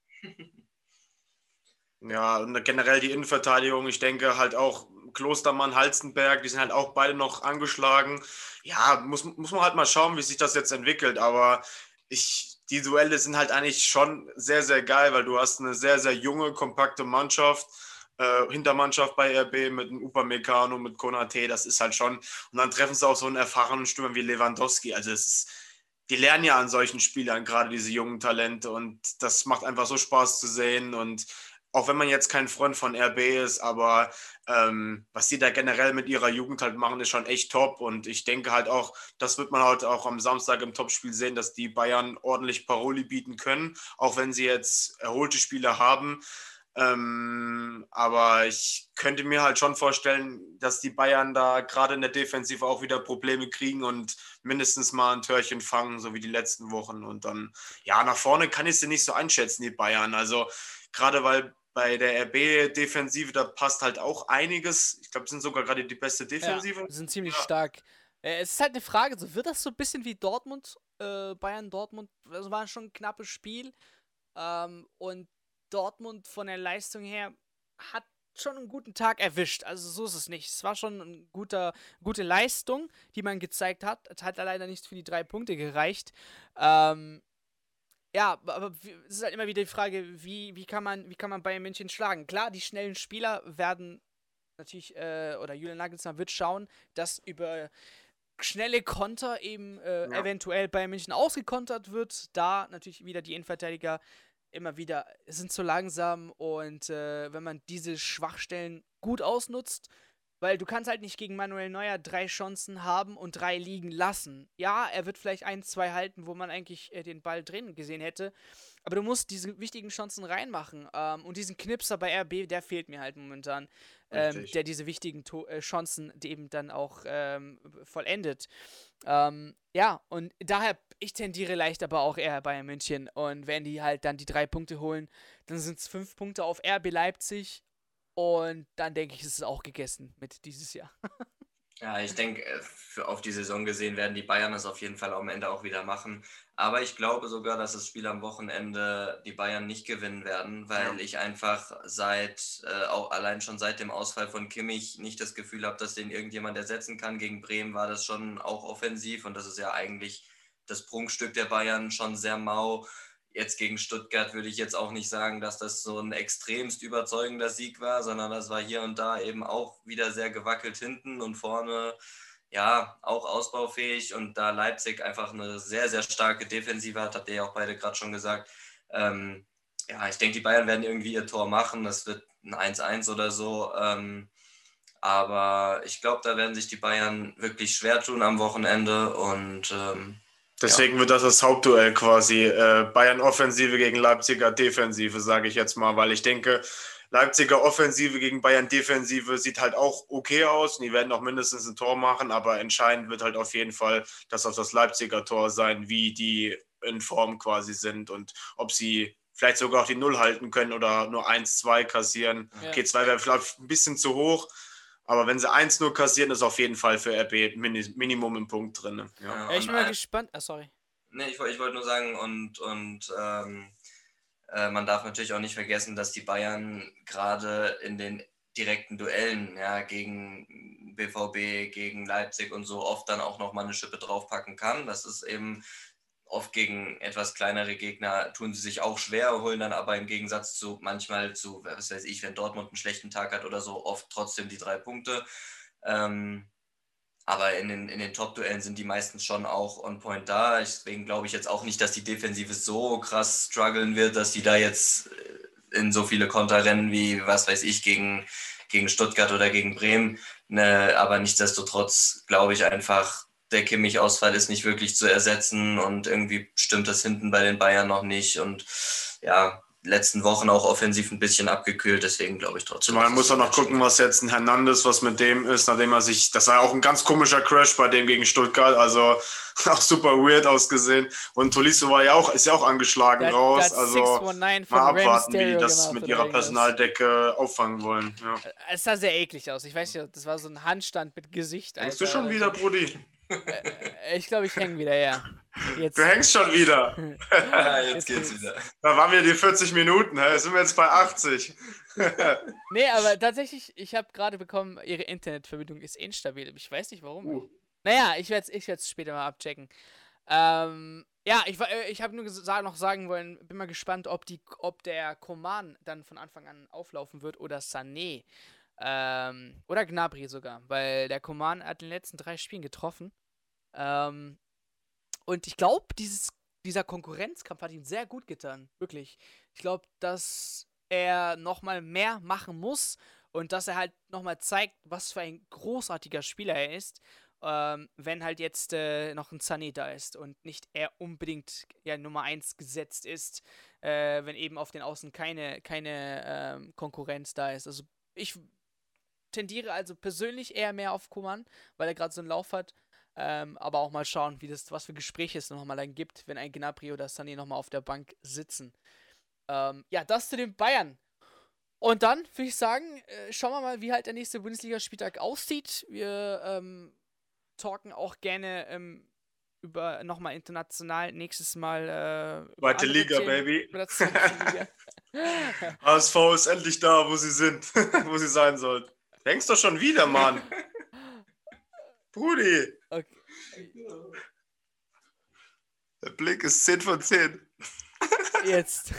Ja, und generell die Innenverteidigung, ich denke halt auch Klostermann, Halstenberg, die sind halt auch beide noch angeschlagen. Ja, muss, muss man halt mal schauen, wie sich das jetzt entwickelt, aber ich, die Duelle sind halt eigentlich schon sehr, sehr geil, weil du hast eine sehr, sehr junge, kompakte Mannschaft, äh, Hintermannschaft bei R B mit einem Upamecano, mit Konate, das ist halt schon, und dann treffen sie auch so einen erfahrenen Stürmer wie Lewandowski, also es ist, die lernen ja an solchen Spielern, gerade diese jungen Talente, und das macht einfach so Spaß zu sehen. Und auch wenn man jetzt kein Freund von R B ist, aber ähm, was die da generell mit ihrer Jugend halt machen, ist schon echt top. Und ich denke halt auch, das wird man halt auch am Samstag im Topspiel sehen, dass die Bayern ordentlich Paroli bieten können, auch wenn sie jetzt erholte Spieler haben. Ähm, aber ich könnte mir halt schon vorstellen, dass die Bayern da gerade in der Defensive auch wieder Probleme kriegen und mindestens mal ein Törchen fangen, so wie die letzten Wochen. Und dann, ja, nach vorne kann ich sie nicht so einschätzen, die Bayern. Also gerade weil bei der R B-Defensive, da passt halt auch einiges. Ich glaube, es sind sogar gerade die beste Defensive. ja, sind ziemlich Ja. stark. Äh, es ist halt eine Frage, so wird das so ein bisschen wie Dortmund, äh, Bayern-Dortmund, das war schon ein knappes Spiel. Ähm, und Dortmund von der Leistung her hat schon einen guten Tag erwischt. Also so ist es nicht. Es war schon eine guter, gute Leistung, die man gezeigt hat. Es hat leider nicht für die drei Punkte gereicht. Ähm, ja, aber es ist halt immer wieder die Frage, wie, wie, kann man, wie kann man Bayern München schlagen? Klar, die schnellen Spieler werden natürlich, äh, oder Julian Nagelsmann wird schauen, dass über schnelle Konter eben äh, Ja. eventuell Bayern München ausgekontert wird. Da natürlich wieder die Innenverteidiger immer wieder sind zu langsam und äh, wenn man diese Schwachstellen gut ausnutzt, Weil du kannst halt nicht gegen Manuel Neuer drei Chancen haben und drei liegen lassen. Ja, er wird vielleicht ein, zwei halten, wo man eigentlich äh, den Ball drin gesehen hätte. Aber du musst diese wichtigen Chancen reinmachen. Ähm, und diesen Knipser bei R B, der fehlt mir halt momentan. Ähm, der diese wichtigen to- äh, Chancen die eben dann auch ähm, vollendet. Ähm, ja, und daher, ich tendiere leicht aber auch eher Bayern München. Und wenn die halt dann die drei Punkte holen, dann sind es fünf Punkte auf R B Leipzig. Und dann denke ich, ist es auch gegessen mit dieses Jahr. Ja, ich denke, für auf die Saison gesehen werden die Bayern es auf jeden Fall am Ende auch wieder machen. Aber ich glaube sogar, dass das Spiel am Wochenende die Bayern nicht gewinnen werden, weil ja. ich einfach seit, äh, auch allein schon seit dem Ausfall von Kimmich nicht das Gefühl habe, dass den irgendjemand ersetzen kann. Gegen Bremen war das schon auch offensiv und das ist ja eigentlich das Prunkstück der Bayern, schon sehr mau. Jetzt gegen Stuttgart würde ich jetzt auch nicht sagen, dass das so ein extremst überzeugender Sieg war, sondern das war hier und da eben auch wieder sehr gewackelt hinten und vorne, ja, auch ausbaufähig. Und da Leipzig einfach eine sehr, sehr starke Defensive hat, habt ihr ja auch beide gerade schon gesagt. Ähm, ja, ich denke, die Bayern werden irgendwie ihr Tor machen. Das wird ein eins eins oder so. Ähm, aber ich glaube, da werden sich die Bayern wirklich schwer tun am Wochenende und ähm, Deswegen ja. wird das das Hauptduell quasi. Äh, Bayern-Offensive gegen Leipziger Defensive, sage ich jetzt mal, weil ich denke, Leipziger Offensive gegen Bayern-Defensive sieht halt auch okay aus. Und die werden auch mindestens ein Tor machen, aber entscheidend wird halt auf jeden Fall das auf das Leipziger Tor sein, wie die in Form quasi sind und ob sie vielleicht sogar auch die Null halten können oder nur eins zwei kassieren. Ja. Okay, zwei wäre vielleicht ein bisschen zu hoch. Aber wenn sie eins null kassieren, ist auf jeden Fall für R B Minimum im Punkt drin. Ja. Ja, ich bin mal gespannt. Ah, sorry. Nee, ich, ich wollte nur sagen, und, und ähm, äh, man darf natürlich auch nicht vergessen, dass die Bayern gerade in den direkten Duellen, ja, gegen B V B, gegen Leipzig und so oft dann auch nochmal eine Schippe draufpacken kann. Das ist eben oft gegen etwas kleinere Gegner tun sie sich auch schwer, holen dann aber im Gegensatz zu manchmal zu, was weiß ich, wenn Dortmund einen schlechten Tag hat oder so, oft trotzdem die drei Punkte. Ähm, aber in den, in den Top-Duellen sind die meistens schon auch on point da. Deswegen glaube ich jetzt auch nicht, dass die Defensive so krass strugglen wird, dass die da jetzt in so viele Konter rennen wie, was weiß ich, gegen, gegen Stuttgart oder gegen Bremen. Ne, aber nichtsdestotrotz glaube ich einfach, der Kimmich-Ausfall ist nicht wirklich zu ersetzen und irgendwie stimmt das hinten bei den Bayern noch nicht und ja, letzten Wochen auch offensiv ein bisschen abgekühlt, deswegen glaube ich trotzdem. Man muss auch noch gucken, was jetzt ein Hernandez, was mit dem ist, nachdem er sich, das war ja auch ein ganz komischer Crash bei dem gegen Stuttgart, also auch super weird ausgesehen und Tolisso war ja auch, ist ja auch angeschlagen der, raus, der also mal abwarten, wie die das mit ihrer Personaldecke auffangen wollen. Ja. Es sah sehr eklig aus, ich weiß nicht, das war so ein Handstand mit Gesicht. Hängst du schon wieder, Brudi? Äh, ich glaube, ich hänge wieder, ja. Jetzt. Du hängst schon wieder. jetzt, jetzt geht's wieder. Da waren wir die vierzig Minuten, hä? Sind wir jetzt bei achtzig. Nee, aber tatsächlich, ich habe gerade bekommen, ihre Internetverbindung ist instabil. Ich weiß nicht warum. Uh. Naja, ich werde es ich werd's später mal abchecken. Ähm, ja, ich, ich habe nur gesa- noch sagen wollen, bin mal gespannt, ob, die, ob der Coman dann von Anfang an auflaufen wird oder Sané. Ähm, oder Gnabry sogar, weil der Coman hat in den letzten drei Spielen getroffen. Ähm, und ich glaube, dieser Konkurrenzkampf hat ihm sehr gut getan. Wirklich. Ich glaube, dass er nochmal mehr machen muss und dass er halt nochmal zeigt, was für ein großartiger Spieler er ist, ähm, wenn halt jetzt äh, noch ein Sané da ist und nicht er unbedingt ja, Nummer eins gesetzt ist, äh, wenn eben auf den Außen keine, keine ähm, Konkurrenz da ist. Also ich tendiere also persönlich eher mehr auf Coman, weil er gerade so einen Lauf hat. Ähm, aber auch mal schauen, wie das, was für Gespräche es nochmal dann gibt, wenn ein Gnabry oder Sané nochmal auf der Bank sitzen. Ähm, ja, das zu den Bayern. Und dann würde ich sagen, äh, schauen wir mal, wie halt der nächste Bundesligaspieltag aussieht. Wir ähm, talken auch gerne ähm, über nochmal international nächstes Mal. Äh, Zweite Liga, Themen, Baby. Über das zweite Liga. H S V ist endlich da, wo sie sind, wo sie sein sollten. Denkst doch schon wieder, Mann. Brudi. Okay. Der Blick ist zehn von zehn. Jetzt.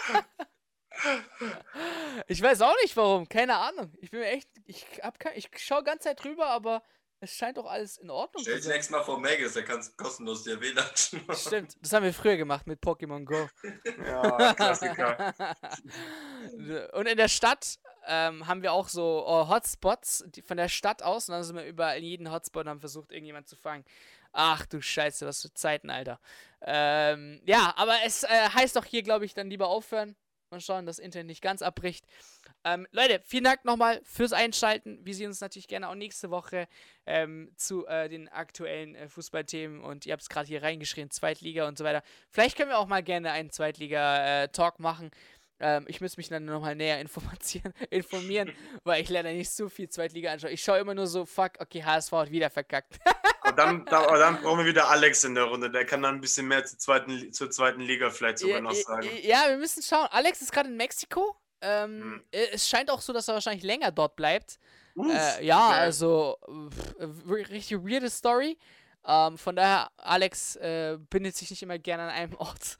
Ich weiß auch nicht warum, keine Ahnung. Ich bin mir echt, ich hab kein, ich schaue ganze Zeit drüber, aber es scheint doch alles in Ordnung Stell dich nächstes Mal vor Magus, der kannst kostenlos dir W L A N machen. Stimmt, das haben wir früher gemacht mit Pokémon Go. Ja, Klassiker. Und in der Stadt ähm, haben wir auch so oh, Hotspots die, von der Stadt aus und dann sind wir überall in jeden Hotspot und haben versucht, irgendjemand zu fangen. Ach du Scheiße, was für Zeiten, Alter. Ähm, ja, aber es äh, heißt doch hier, glaube ich, dann lieber aufhören. Mal schauen, dass Internet nicht ganz abbricht. Ähm, Leute, vielen Dank nochmal fürs Einschalten. Wir sehen uns natürlich gerne auch nächste Woche ähm, zu äh, den aktuellen äh, Fußballthemen. Und ihr habt es gerade hier reingeschrien, Zweitliga und so weiter. Vielleicht können wir auch mal gerne einen Zweitliga-Talk machen. Ähm, ich müsste mich dann nochmal näher informieren, informieren, weil ich leider nicht so viel Zweitliga anschaue. Ich schaue immer nur so, fuck, okay, H S V hat wieder verkackt. Aber dann, da, aber dann brauchen wir wieder Alex in der Runde. Der kann dann ein bisschen mehr zur zweiten, zur zweiten Liga vielleicht sogar ja, noch sagen. Ja, wir müssen schauen. Alex ist gerade in Mexiko. Ähm, hm. Es scheint auch so, dass er wahrscheinlich länger dort bleibt. Uff, äh, ja, okay. also pff, richtig weirde Story. Ähm, von daher, Alex äh, bindet sich nicht immer gerne an einem Ort.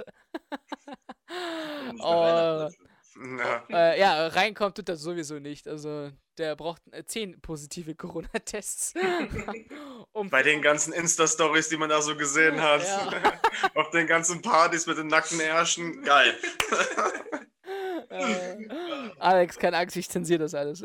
oh, ja. Äh, ja, reinkommt tut das sowieso nicht. Also der braucht äh, zehn positive Corona-Tests. um Bei den ganzen Insta-Stories, die man da so gesehen hat. Ja. Auf den ganzen Partys mit den nackten Ärschen. Geil. äh, Alex, keine Angst, ich zensiere das alles.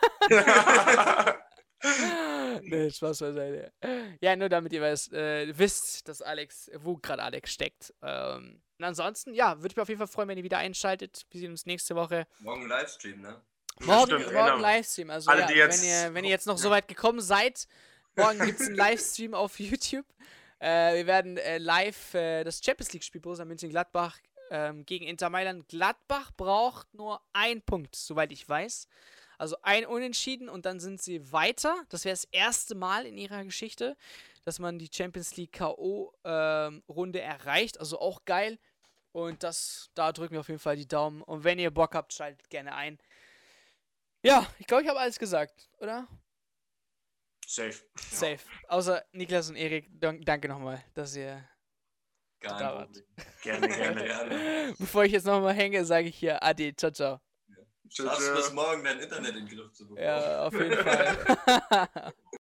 Nee, Spaß beiseite. Ja, nur damit ihr weiß, äh, wisst, dass Alex, wo gerade Alex steckt. Ähm, und ansonsten, ja, würde ich mich auf jeden Fall freuen, wenn ihr wieder einschaltet. Wir sehen uns nächste Woche. Morgen Livestream, ne? Morgen, stimmt, morgen genau. Livestream. Also, alle, ja, wenn, ihr, wenn ihr jetzt noch so weit gekommen seid, morgen gibt es einen Livestream auf YouTube. Äh, wir werden äh, live äh, das Champions League-Spiel Borussia Mönchengladbach ähm, gegen Inter Mailand. Gladbach braucht nur einen Punkt, soweit ich weiß. Also ein Unentschieden und dann sind sie weiter. Das wäre das erste Mal in ihrer Geschichte, dass man die Champions League K O-Runde ähm, erreicht. Also auch geil. Und das, da drücken wir auf jeden Fall die Daumen. Und wenn ihr Bock habt, schaltet gerne ein. Ja, ich glaube, ich habe alles gesagt, oder? Safe. Safe. Außer Niklas und Erik, danke nochmal, dass ihr Gar da wart. Gerne, gerne, gerne. Bevor ich jetzt nochmal hänge, sage ich hier Ade, ciao, ciao. Schaffst du bis morgen dein Internet in den Griff zu bekommen? Ja, auf jeden Fall.